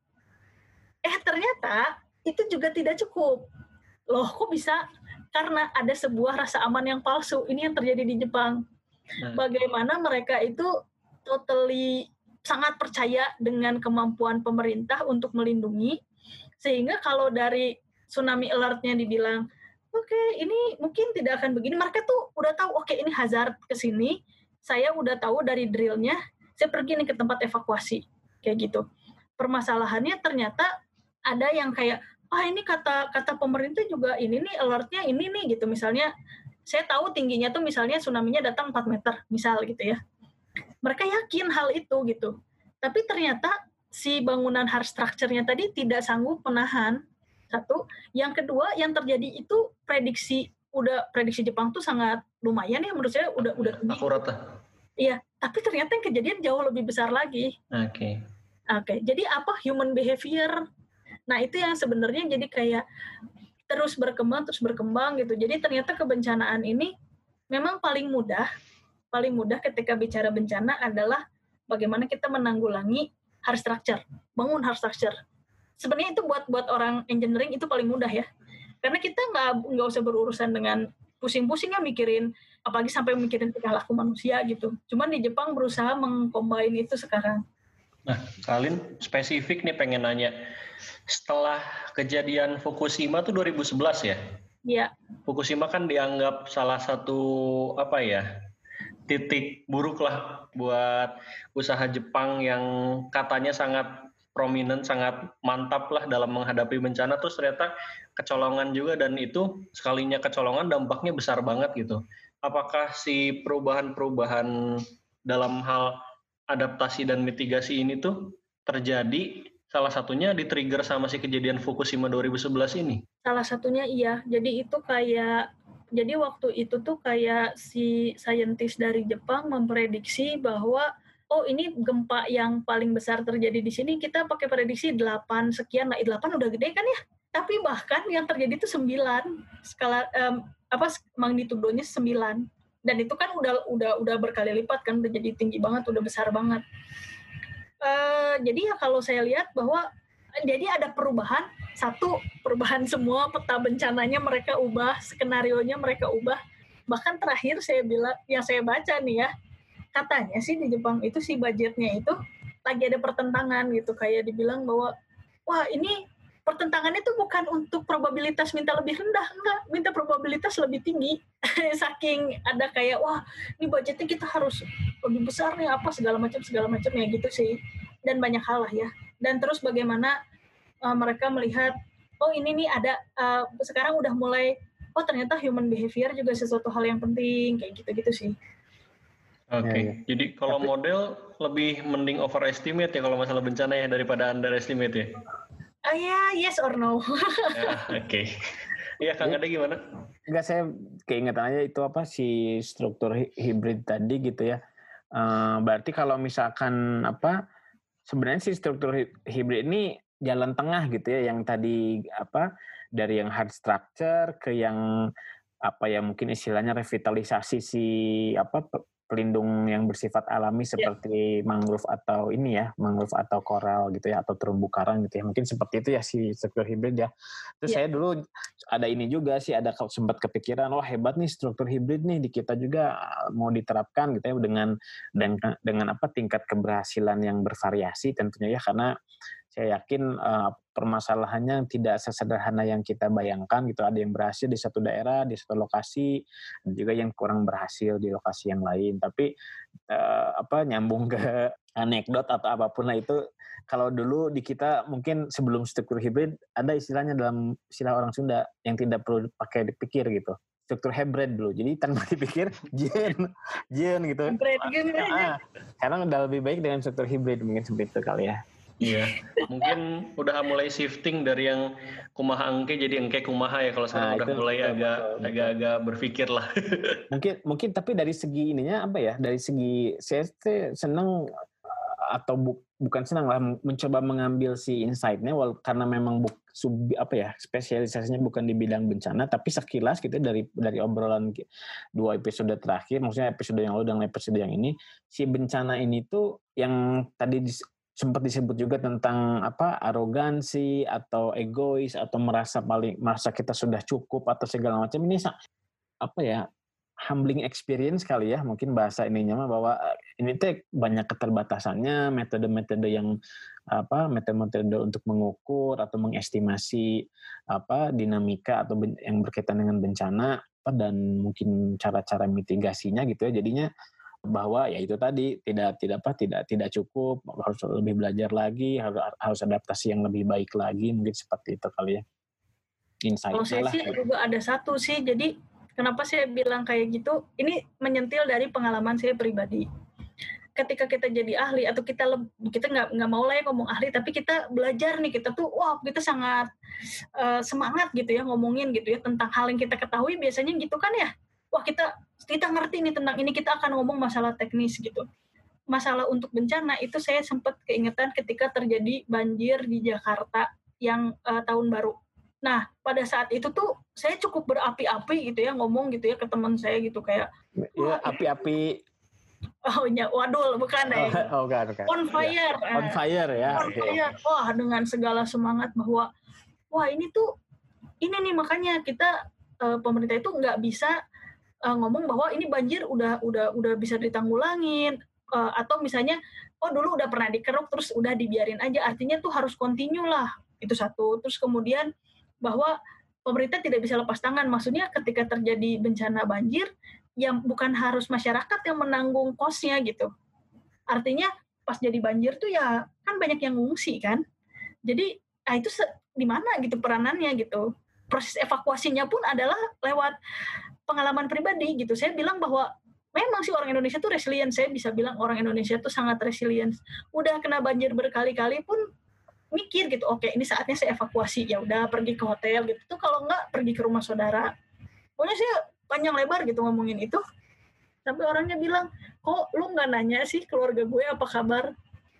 Ternyata itu juga tidak cukup. Loh, kok bisa? Karena ada sebuah rasa aman yang palsu. Ini yang terjadi di Jepang. Bagaimana mereka itu totally sangat percaya dengan kemampuan pemerintah untuk melindungi, sehingga kalau dari tsunami alert-nya dibilang, oke, ini mungkin tidak akan begini, mereka tuh udah tahu, oke, ini hazard ke sini, saya udah tahu dari drill-nya, saya pergi nih ke tempat evakuasi, kayak gitu. Permasalahannya ternyata ada yang kayak, ini kata pemerintah juga ini nih, alert-nya ini nih, gitu. Misalnya, saya tahu tingginya tuh misalnya tsunami-nya datang 4 meter, misal gitu ya. Mereka yakin hal itu, gitu. Tapi ternyata si bangunan hard structure-nya tadi tidak sanggup menahan. Satu, yang kedua yang terjadi itu prediksi Jepang tuh sangat lumayan ya, menurut saya udah akurat lah. Iya, tapi ternyata yang kejadian jauh lebih besar lagi. Oke. Jadi apa human behavior? Nah, itu yang sebenarnya jadi kayak terus berkembang gitu. Jadi ternyata kebencanaan ini memang paling mudah ketika bicara bencana adalah bagaimana kita menanggulangi hard structure, bangun hard structure. Sebenarnya itu buat orang engineering itu paling mudah ya, karena kita nggak usah berurusan dengan pusing-pusing ya mikirin, apalagi sampai mikirin tingkah laku manusia gitu. Cuman di Jepang berusaha mengcombine itu sekarang. Nah, Kalin spesifik nih pengen nanya, setelah kejadian Fukushima tuh 2011 ya? Iya. Fukushima kan dianggap salah satu titik buruk lah buat usaha Jepang yang katanya sangat prominent, sangat mantap lah dalam menghadapi bencana, terus ternyata kecolongan juga, dan itu sekalinya kecolongan dampaknya besar banget gitu. Apakah si perubahan-perubahan dalam hal adaptasi dan mitigasi ini tuh terjadi salah satunya di-trigger sama si kejadian Fukushima 2011 ini? Salah satunya iya, jadi waktu itu tuh kayak si saintis dari Jepang memprediksi bahwa ini gempa yang paling besar terjadi di sini, kita pakai prediksi 8 sekian. Nah, 8 udah gede kan ya? Tapi bahkan yang terjadi itu 9. Skala magnitudonya 9. Dan itu kan udah berkali lipat kan, udah jadi tinggi banget, udah besar banget. Jadi ya kalau saya lihat bahwa jadi ada perubahan, perubahan semua peta bencananya mereka ubah, skenarionya mereka ubah. Bahkan terakhir yang saya baca nih ya, katanya sih di Jepang itu si budgetnya itu lagi ada pertentangan gitu, kayak dibilang bahwa wah ini pertentangannya itu bukan untuk probabilitas minta lebih rendah, enggak, minta probabilitas lebih tinggi. Saking ada kayak wah ini budgetnya kita harus lebih besar nih, apa segala macam ya gitu sih. Dan banyak hal lah ya. Dan terus bagaimana mereka melihat ini nih ada sekarang udah mulai ternyata human behavior juga sesuatu hal yang penting, kayak gitu-gitu sih. Oke. Jadi kalau model lebih mending overestimate ya kalau masalah bencana ya daripada underestimate ya? Yes or no. Oke. Iya, Kang Ade gimana? Enggak, saya keingetan aja itu si struktur hibrid tadi gitu ya. Berarti kalau misalkan sebenarnya si struktur hibrid ini jalan tengah gitu ya, yang tadi dari yang hard structure ke yang mungkin istilahnya revitalisasi si pelindung yang bersifat alami seperti mangrove atau mangrove atau koral gitu ya, atau terumbu karang gitu ya, mungkin seperti itu ya si struktur hibrid ya. Terus saya dulu ada ini juga sih, ada sempat kepikiran hebat nih struktur hibrid nih di kita juga mau diterapkan gitu ya, dengan tingkat keberhasilan yang bervariasi tentunya ya, karena saya yakin permasalahannya tidak sesederhana yang kita bayangkan gitu. Ada yang berhasil di satu daerah, di satu lokasi, dan juga yang kurang berhasil di lokasi yang lain. Tapi nyambung ke anekdot atau apapun lah itu, kalau dulu di kita mungkin sebelum struktur hibrid ada istilahnya dalam istilah orang Sunda yang tidak perlu pakai dipikir gitu. Struktur hybrid dulu, jadi tanpa dipikir jen gitu. Sekarang udah lebih baik dengan struktur hibrid, mungkin seperti itu kali ya. Iya, mungkin udah mulai shifting dari yang kumaha engke jadi engke kumaha ya. Kalau sekarang udah mulai agak berpikir lah. Mungkin tapi dari segi ininya apa ya? Dari segi saya senang atau bukan senang lah, mencoba mengambil si insight-nya karena memang spesialisasinya bukan di bidang bencana, tapi sekilas gitu dari obrolan 2 episode terakhir, maksudnya episode yang lalu dan episode yang ini, si bencana ini tuh yang tadi sempat disebut juga tentang arogansi atau egois atau merasa kita sudah cukup atau segala macam, ini humbling experience kali ya, mungkin bahasa ininya mah, bahwa ini teh banyak keterbatasannya, metode-metode untuk mengukur atau mengestimasi dinamika atau yang berkaitan dengan bencana dan mungkin cara-cara mitigasinya gitu ya. Jadinya bahwa ya itu tadi tidak cukup, harus lebih belajar lagi, harus adaptasi yang lebih baik lagi, mungkin seperti itu kali ya. Kalau saya sih juga ada satu sih, jadi kenapa saya bilang kayak gitu, ini menyentil dari pengalaman saya pribadi. Ketika kita jadi ahli atau kita nggak mau lah ya ngomong ahli, tapi kita belajar nih, kita tuh kita sangat semangat gitu ya ngomongin gitu ya tentang hal yang kita ketahui, biasanya gitu kan ya. Wah, kita ngerti nih tentang ini, kita akan ngomong masalah teknis gitu. Masalah untuk bencana itu saya sempat keingetan ketika terjadi banjir di Jakarta yang tahun baru. Nah, pada saat itu tuh saya cukup berapi-api gitu ya ngomong gitu ya ke teman saya gitu kayak ya api-api. Oh ya, waduh, bukan ya. Bukan. On fire. Ya. On fire ya. On fire. Wah, dengan segala semangat bahwa ini nih makanya kita pemerintah itu nggak bisa ngomong bahwa ini banjir udah bisa ditanggulangin atau misalnya dulu udah pernah dikeruk terus udah dibiarin aja, artinya tuh harus continue lah, itu satu. Terus kemudian bahwa pemerintah tidak bisa lepas tangan, maksudnya ketika terjadi bencana banjir yang bukan harus masyarakat yang menanggung kosnya gitu, artinya pas jadi banjir tuh ya kan banyak yang ngungsi kan, jadi itu di mana gitu peranannya gitu. Proses evakuasinya pun adalah lewat pengalaman pribadi gitu. Saya bilang bahwa memang sih orang Indonesia tuh resilient. Saya bisa bilang orang Indonesia tuh sangat resilient. Udah kena banjir berkali-kali pun mikir gitu, oke ini saatnya saya evakuasi, ya udah pergi ke hotel gitu. Tuh kalau enggak pergi ke rumah saudara. Pokoknya saya panjang lebar gitu ngomongin itu. Sampai orangnya bilang, kok lu nggak nanya sih keluarga gue apa kabar?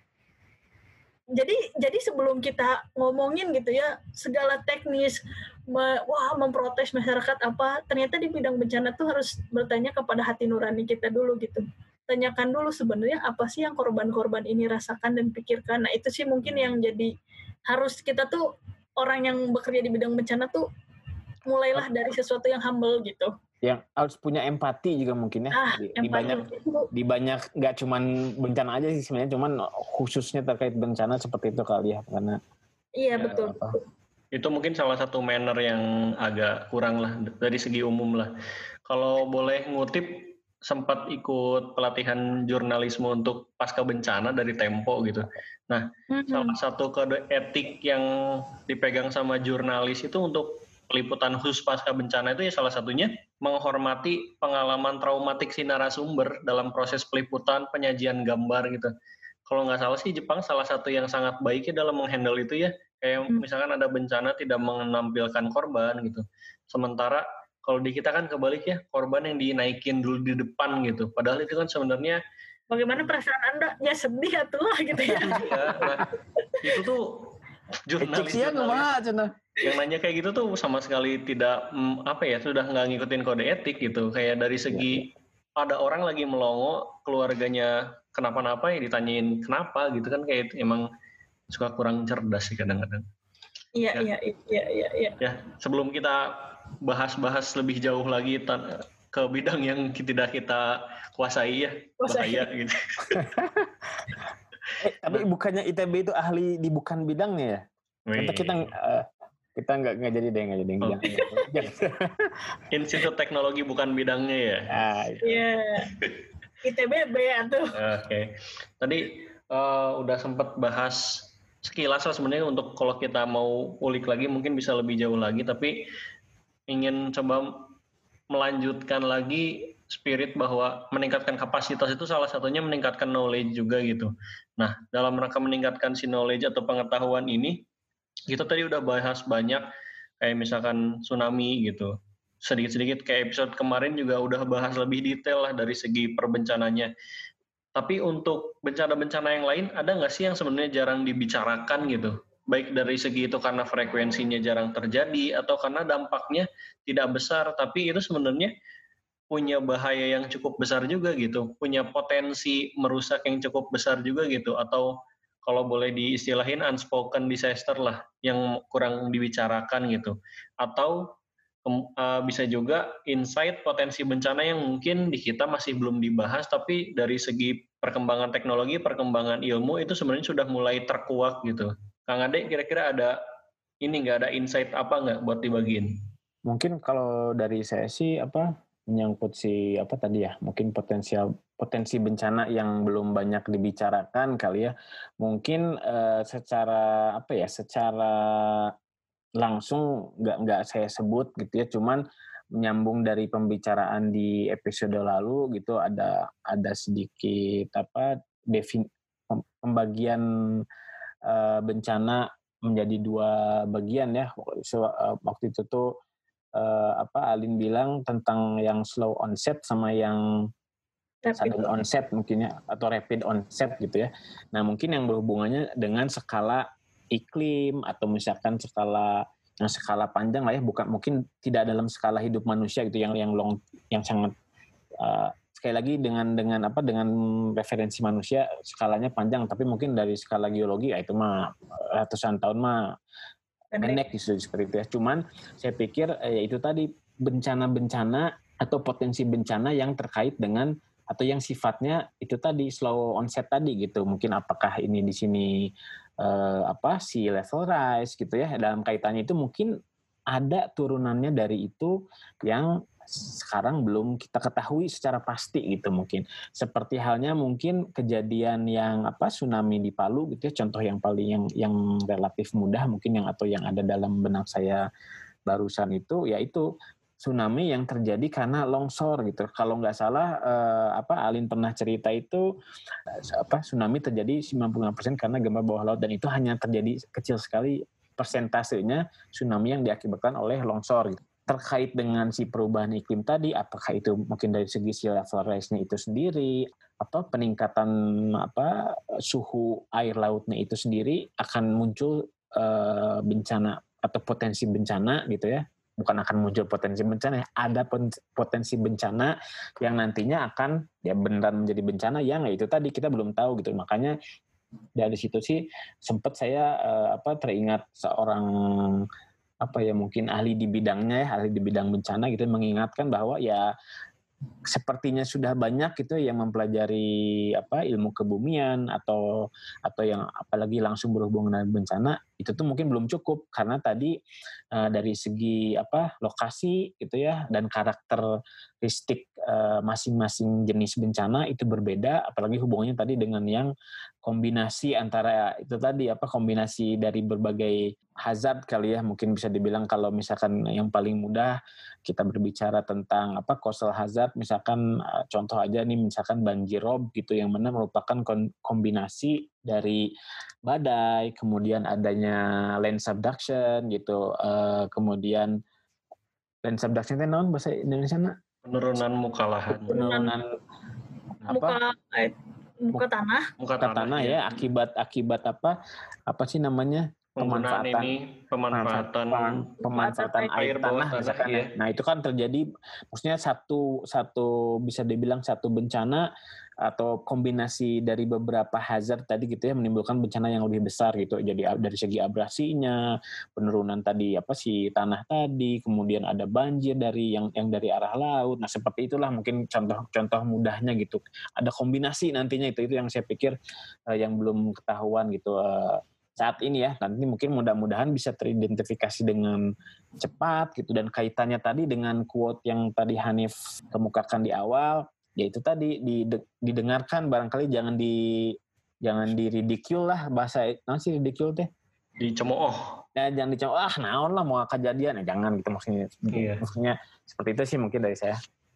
Jadi sebelum kita ngomongin gitu ya segala teknis, memprotes masyarakat apa, ternyata di bidang bencana tuh harus bertanya kepada hati nurani kita dulu gitu. Tanyakan dulu sebenarnya apa sih yang korban-korban ini rasakan dan pikirkan. Nah itu sih mungkin yang jadi harus kita tuh orang yang bekerja di bidang bencana tuh mulailah dari sesuatu yang humble gitu. Yang harus punya empati juga mungkin ya. Di banyak nggak cuman bencana aja sih sebenarnya, cuman khususnya terkait bencana seperti itu kali ya, karena betul. Itu mungkin salah satu manner yang agak kurang lah dari segi umum lah. Kalau boleh ngutip, sempat ikut pelatihan jurnalisme untuk pasca bencana dari Tempo gitu. Nah, salah satu kode etik yang dipegang sama jurnalis itu untuk peliputan khusus pasca bencana itu ya salah satunya menghormati pengalaman traumatik si narasumber dalam proses peliputan, penyajian gambar gitu. Kalau nggak salah sih Jepang salah satu yang sangat baiknya dalam menghandle itu ya. Kayak misalkan ada bencana tidak menampilkan korban gitu. Sementara kalau di kita kan kebalik ya, korban yang dinaikin dulu di depan gitu. Padahal itu kan sebenarnya bagaimana perasaan Anda? Ya sedih atuh gitu ya. Nah, itu tuh jurnalis yang nanya kayak gitu tuh sama sekali tidak sudah nggak ngikutin kode etik gitu. Kayak dari segi ada orang lagi melongo, keluarganya kenapa-napa ya ditanyain kenapa gitu kan, kayak itu emang suka kurang cerdas sih kadang-kadang. Iya. Ya, sebelum kita bahas lebih jauh lagi ke bidang yang tidak kita kuasai ya, bahaya gitu. Tapi bukannya ITB itu ahli di bukan bidangnya ya? Kita nggak jadi bidang. Institut Teknologi bukan bidangnya ya? Iya. ITB B tuh. Oke. Tadi udah sempat bahas sekilas lah sebenarnya, untuk kalau kita mau ulik lagi mungkin bisa lebih jauh lagi, tapi ingin coba melanjutkan lagi spirit bahwa meningkatkan kapasitas itu salah satunya meningkatkan knowledge juga gitu. Nah, dalam rangka meningkatkan si knowledge atau pengetahuan ini, kita tadi udah bahas banyak, kayak misalkan tsunami gitu. Sedikit-sedikit kayak episode kemarin juga udah bahas lebih detail lah dari segi perbencananya. Tapi untuk bencana-bencana yang lain, ada nggak sih yang sebenarnya jarang dibicarakan gitu? Baik dari segi itu karena frekuensinya jarang terjadi, atau karena dampaknya tidak besar, tapi itu sebenarnya punya bahaya yang cukup besar juga gitu, punya potensi merusak yang cukup besar juga gitu, atau kalau boleh diistilahin unspoken disaster lah, yang kurang dibicarakan gitu. Atau bisa juga insight potensi bencana yang mungkin di kita masih belum dibahas, tapi dari segi perkembangan teknologi, perkembangan ilmu itu sebenarnya sudah mulai terkuak gitu. Kang Ade kira-kira ada nggak ada insight apa nggak buat dibagiin? Mungkin kalau dari saya sih menyangkut tadi ya, mungkin potensi bencana yang belum banyak dibicarakan kali ya. Mungkin secara langsung nggak saya sebut gitu ya, cuman menyambung dari pembicaraan di episode lalu gitu, ada sedikit pembagian bencana menjadi 2 bagian ya. Waktu itu tuh Alin bilang tentang yang slow onset sama yang sudden onset mungkin ya, atau rapid onset gitu ya. Nah, mungkin yang berhubungannya dengan skala iklim atau misalkan skala panjang lah ya, bukan mungkin tidak dalam skala hidup manusia gitu yang sangat sekali lagi dengan referensi manusia skalanya panjang, tapi mungkin dari skala geologi ya itu mah ratusan tahun mah pendek gitu seperti itu ya. Cuman saya pikir itu tadi bencana-bencana atau potensi bencana yang terkait dengan atau yang sifatnya itu tadi slow onset tadi gitu. Mungkin apakah ini di sini sea level rise gitu ya. Dalam kaitannya itu mungkin ada turunannya dari itu yang sekarang belum kita ketahui secara pasti gitu mungkin. Seperti halnya mungkin kejadian yang tsunami di Palu gitu ya, contoh yang paling yang relatif mudah mungkin yang ada dalam benak saya barusan itu, yaitu tsunami yang terjadi karena longsor gitu. Kalau nggak salah Alin pernah cerita itu tsunami terjadi 95% karena gempa bawah laut, dan itu hanya terjadi kecil sekali persentasenya tsunami yang diakibatkan oleh longsor gitu. Terkait dengan si perubahan iklim tadi, apakah itu mungkin dari segi sea level rise-nya itu sendiri, atau peningkatan suhu air lautnya itu sendiri akan muncul bencana atau potensi bencana gitu ya. Bukan akan muncul potensi bencana, ada potensi bencana yang nantinya akan ya beneran menjadi bencana yang itu tadi kita belum tahu gitu. Makanya dari situ sih sempat saya teringat seorang mungkin ahli di bidangnya ya, ahli di bidang bencana gitu, mengingatkan bahwa ya sepertinya sudah banyak gitu yang mempelajari ilmu kebumian atau yang apalagi langsung berhubungan dengan bencana, itu tuh mungkin belum cukup karena tadi dari segi lokasi gitu ya dan karakteristik masing-masing jenis bencana itu berbeda, apalagi hubungannya tadi dengan yang kombinasi antara itu tadi kombinasi dari berbagai hazard kali ya, mungkin bisa dibilang kalau misalkan yang paling mudah kita berbicara tentang coastal hazard, misalkan contoh aja nih misalkan banjirop gitu, yang mana merupakan kombinasi dari badai, kemudian adanya land subduction gitu, kemudian land subduction itu naon bahasa Indonesia nak? Penurunan muka lahan. Penurunan muka tanah. Muka tanah ya, akibat apa sih namanya? Pemanfaatan air tanah misalkan ya. Nah, itu kan terjadi, maksudnya satu bisa dibilang satu bencana atau kombinasi dari beberapa hazard tadi gitu ya, menimbulkan bencana yang lebih besar gitu. Jadi dari segi abrasinya, penurunan tadi si tanah tadi, kemudian ada banjir dari yang dari arah laut. Nah, seperti itulah mungkin contoh mudahnya gitu. Ada kombinasi nantinya itu yang saya pikir yang belum ketahuan gitu saat ini ya. Nanti mungkin mudah-mudahan bisa teridentifikasi dengan cepat gitu, dan kaitannya tadi dengan quote yang tadi Hanif kemukakan di awal, yaitu tadi didengarkan, barangkali jangan di ridicule lah, bahasa sih ridicule teh, dicemooh. Ya, jangan dicemooh, naon lah mau kejadian, jangan gitu maksudnya. Iya. Maksudnya seperti itu sih mungkin dari saya.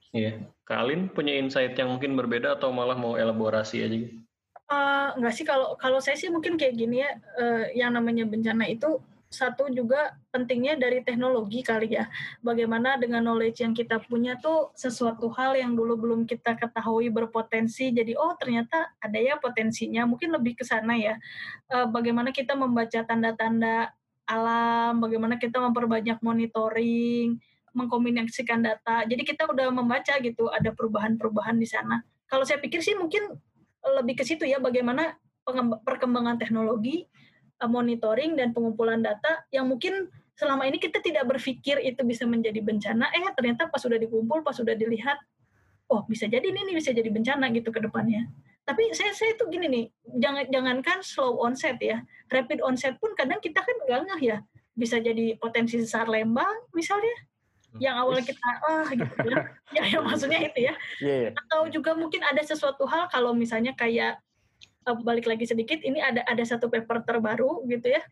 Iya. Kak Alin punya insight yang mungkin berbeda atau malah mau elaborasi aja gitu? Enggak sih, kalau saya sih mungkin kayak gini ya, yang namanya bencana itu satu juga pentingnya dari teknologi kali ya. Bagaimana dengan knowledge yang kita punya tuh sesuatu hal yang dulu belum kita ketahui berpotensi, jadi oh ternyata ada ya potensinya, mungkin lebih ke sana ya. Bagaimana kita membaca tanda-tanda alam, bagaimana kita memperbanyak monitoring, mengkombinasikan data. Jadi kita udah membaca gitu, ada perubahan-perubahan di sana. Kalau saya pikir sih mungkin lebih ke situ ya, bagaimana perkembangan teknologi, monitoring dan pengumpulan data yang mungkin selama ini kita tidak berpikir itu bisa menjadi bencana, ternyata pas sudah dikumpul, pas sudah dilihat, oh bisa jadi ini bisa jadi bencana gitu ke depannya. Tapi saya itu gini nih, jangankan slow onset ya, rapid onset pun kadang kita kan nggak ngeh ya, bisa jadi potensi sesar Lembang misalnya, yang awalnya kita gitu ya maksudnya itu ya. Yeah. Atau juga mungkin ada sesuatu hal kalau misalnya kayak balik lagi sedikit, ini ada satu paper terbaru gitu ya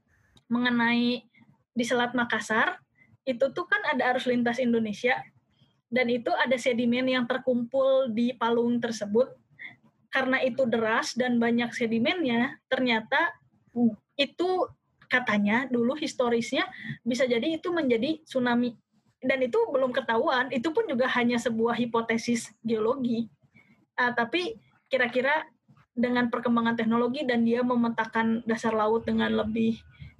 mengenai di Selat Makassar itu tuh kan ada arus lintas Indonesia dan itu ada sedimen yang terkumpul di palung tersebut. Karena itu deras dan banyak sedimennya, ternyata itu katanya dulu historisnya bisa jadi itu menjadi tsunami. Dan itu belum ketahuan, itu pun juga hanya sebuah hipotesis geologi. Tapi kira-kira dengan perkembangan teknologi dan dia memetakan dasar laut dengan lebih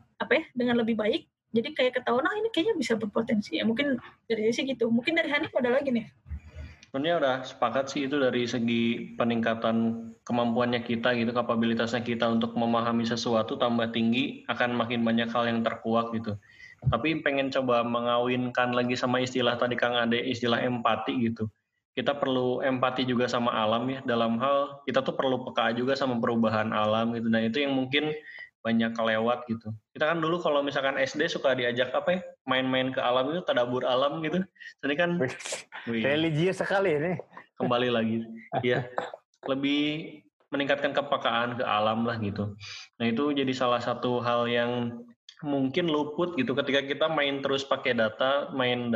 baik, jadi kayak ketahuan ini kayaknya bisa berpotensi ya. Mungkin dari sih gitu. Mungkin dari Hanif ada lagi nih. Sebenarnya udah sepakat sih itu dari segi peningkatan kemampuannya kita gitu, kapabilitasnya kita untuk memahami sesuatu tambah tinggi, akan makin banyak hal yang terkuak gitu. Tapi pengen coba mengawinkan lagi sama istilah tadi Kang Ade, istilah empati gitu. Kita perlu empati juga sama alam ya, dalam hal kita tuh perlu peka juga sama perubahan alam gitu. Nah itu yang mungkin banyak kelewat gitu. Kita kan dulu kalau misalkan SD suka diajak main-main ke alam itu, tadabur alam gitu. Jadi kan religius sekali ini. Kembali lagi, ya lebih meningkatkan kepekaan ke alam lah gitu. Nah itu jadi salah satu hal yang mungkin luput gitu ketika kita main terus pakai data,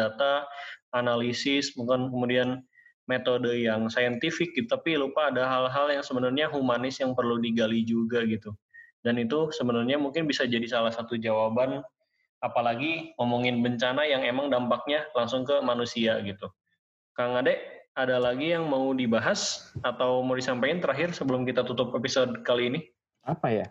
analisis, mungkin kemudian metode yang saintifik gitu, tapi lupa ada hal-hal yang sebenarnya humanis yang perlu digali juga gitu. Dan itu sebenarnya mungkin bisa jadi salah satu jawaban, apalagi ngomongin bencana yang emang dampaknya langsung ke manusia gitu. Kang Ade, ada lagi yang mau dibahas atau mau disampaikan terakhir sebelum kita tutup episode kali ini? Apa ya?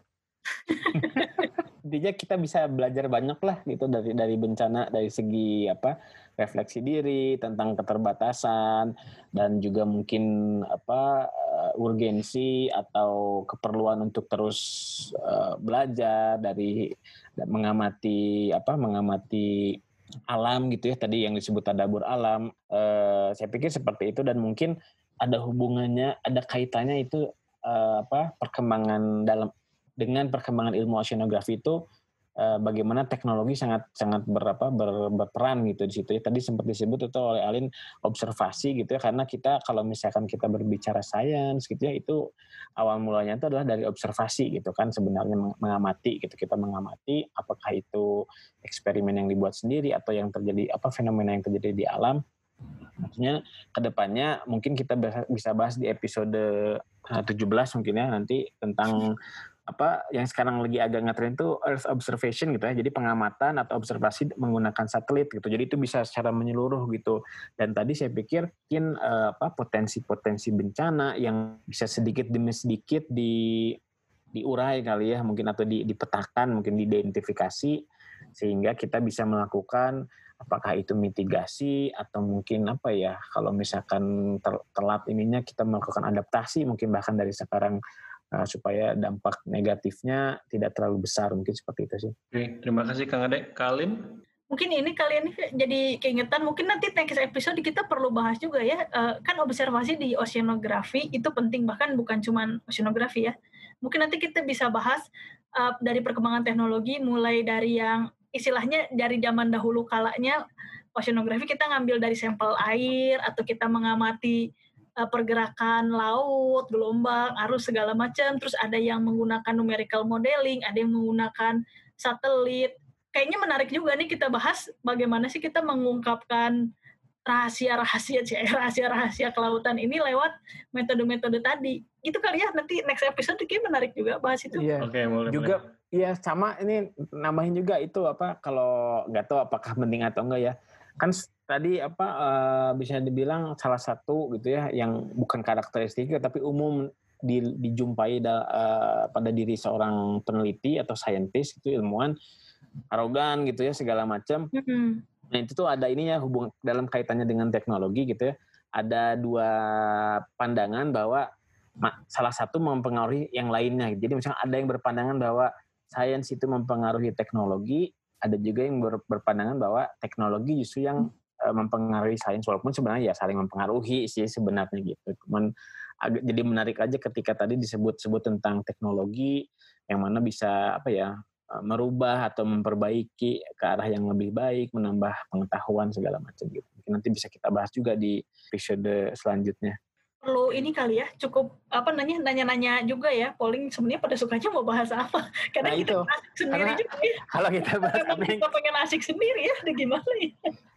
Intinya kita bisa belajar banyak lah gitu dari bencana, dari segi refleksi diri tentang keterbatasan dan juga mungkin urgensi atau keperluan untuk terus belajar dari mengamati alam gitu ya, tadi yang disebut tadabbur alam. Saya pikir seperti itu dan mungkin ada hubungannya, ada kaitannya itu perkembangan dengan perkembangan ilmu oceanografi itu, bagaimana teknologi sangat berperan gitu di situ ya. Tadi sempat disebut itu oleh Alin observasi gitu ya, karena kita kalau misalkan kita berbicara sains gitu ya, itu awal mulanya itu adalah dari observasi gitu kan, sebenarnya mengamati gitu. Kita mengamati apakah itu eksperimen yang dibuat sendiri atau yang terjadi fenomena yang terjadi di alam. Maksudnya kedepannya mungkin kita bisa bahas di episode 17 mungkin ya nanti tentang yang sekarang lagi agak ngetren itu Earth observation gitu ya. Jadi pengamatan atau observasi menggunakan satelit gitu. Jadi itu bisa secara menyeluruh gitu. Dan tadi saya pikir mungkin potensi-potensi bencana yang bisa sedikit demi sedikit diurai kali ya, mungkin atau dipetakan, mungkin diidentifikasi sehingga kita bisa melakukan apakah itu mitigasi atau mungkin kalau misalkan telat ininya kita melakukan adaptasi mungkin bahkan dari sekarang supaya dampak negatifnya tidak terlalu besar, mungkin seperti itu sih. Oke, terima kasih Kang Ade. Kalin? Mungkin ini kali ini jadi keingetan, mungkin nanti next episode kita perlu bahas juga ya, kan observasi di oceanografi itu penting, bahkan bukan cuma oceanografi ya. Mungkin nanti kita bisa bahas dari perkembangan teknologi, mulai dari yang istilahnya dari zaman dahulu kalanya oceanografi kita ngambil dari sampel air, atau kita mengamati pergerakan laut, gelombang, arus segala macam. Terus ada yang menggunakan numerical modeling, ada yang menggunakan satelit. Kayaknya menarik juga nih kita bahas bagaimana sih kita mengungkapkan rahasia-rahasia kelautan ini lewat metode-metode tadi. Itu kali ya, nanti next episode kayak menarik juga bahas itu. Iya. Oke, boleh. Juga iya sama ini nambahin juga itu kalau nggak tahu apakah penting atau enggak ya. Kan tadi bisa dibilang salah satu gitu ya yang bukan karakteristik tapi umum dijumpai pada diri seorang peneliti atau saintis itu ilmuwan arogan gitu ya segala macam. Nah itu tuh ada ini ya hubung dalam kaitannya dengan teknologi gitu ya. Ada dua pandangan bahwa salah satu mempengaruhi yang lainnya. Jadi misalnya ada yang berpandangan bahwa sains itu mempengaruhi teknologi, ada juga yang berpandangan bahwa teknologi justru yang mempengaruhi sains, walaupun sebenarnya ya saling mempengaruhi sih sebenarnya gitu. Cuman jadi menarik aja ketika tadi disebut-sebut tentang teknologi yang mana bisa merubah atau memperbaiki ke arah yang lebih baik, menambah pengetahuan segala macam gitu. Mungkin nanti bisa kita bahas juga di episode selanjutnya. Perlu ini kali ya, cukup nanya-nanya juga ya, polling sebenarnya pada sukanya mau bahas apa. Karena nah, kita itu. asik sendiri juga ya. Kalau kita bahas kita pengen asik sendiri ya, gimana ya.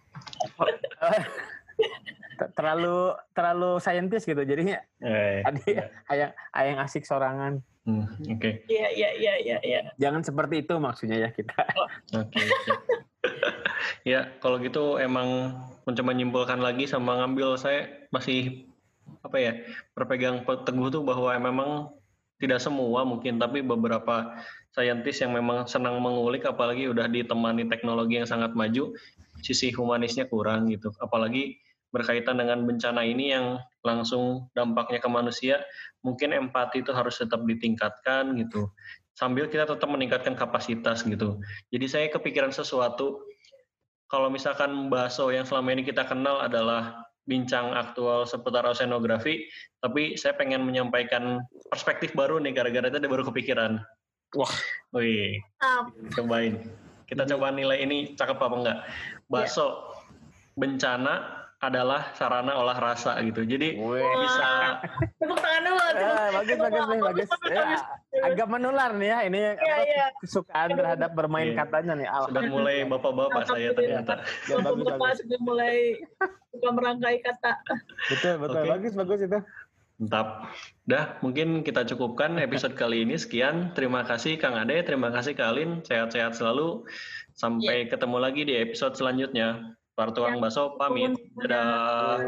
terlalu saintis gitu jadinya. Yang asik sorangan. Oke. Iya. Jangan seperti itu maksudnya ya kita. Oke. Ya, kalau gitu emang mencoba menyimpulkan lagi sama ngambil saya masih berpegang teguh tuh bahwa memang tidak semua mungkin, tapi beberapa saintis yang memang senang mengulik, apalagi udah ditemani teknologi yang sangat maju, sisi humanisnya kurang gitu. Apalagi berkaitan dengan bencana ini yang langsung dampaknya ke manusia, mungkin empati itu harus tetap ditingkatkan gitu. Sambil kita tetap meningkatkan kapasitas gitu. Jadi saya kepikiran sesuatu, kalau misalkan bakso yang selama ini kita kenal adalah bincang aktual seputar oceanografi, tapi saya pengen menyampaikan perspektif baru nih, gara-gara tadi baru kepikiran. Wah, cobain. Kita coba nilai ini cakep apa enggak. Bakso bencana adalah sarana olah rasa gitu. Jadi bisa tepuk tangan dulu. Bagus. Ya, agak menular nih ya ini kesukaan terhadap bermain katanya nih. Sudah mulai bapak-bapak saya ternyata. Bapak sudah mulai suka merangkai kata. Betul. Okay. Bagus itu. Mantap. Dah, mungkin kita cukupkan episode kali ini. Sekian. Terima kasih Kang Ade, terima kasih Kak Alin. Sehat-sehat selalu. Sampai ketemu lagi di episode selanjutnya. Partuang Bakso pamit. Dadah.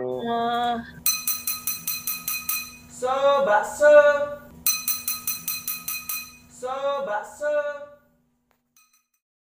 Bakso.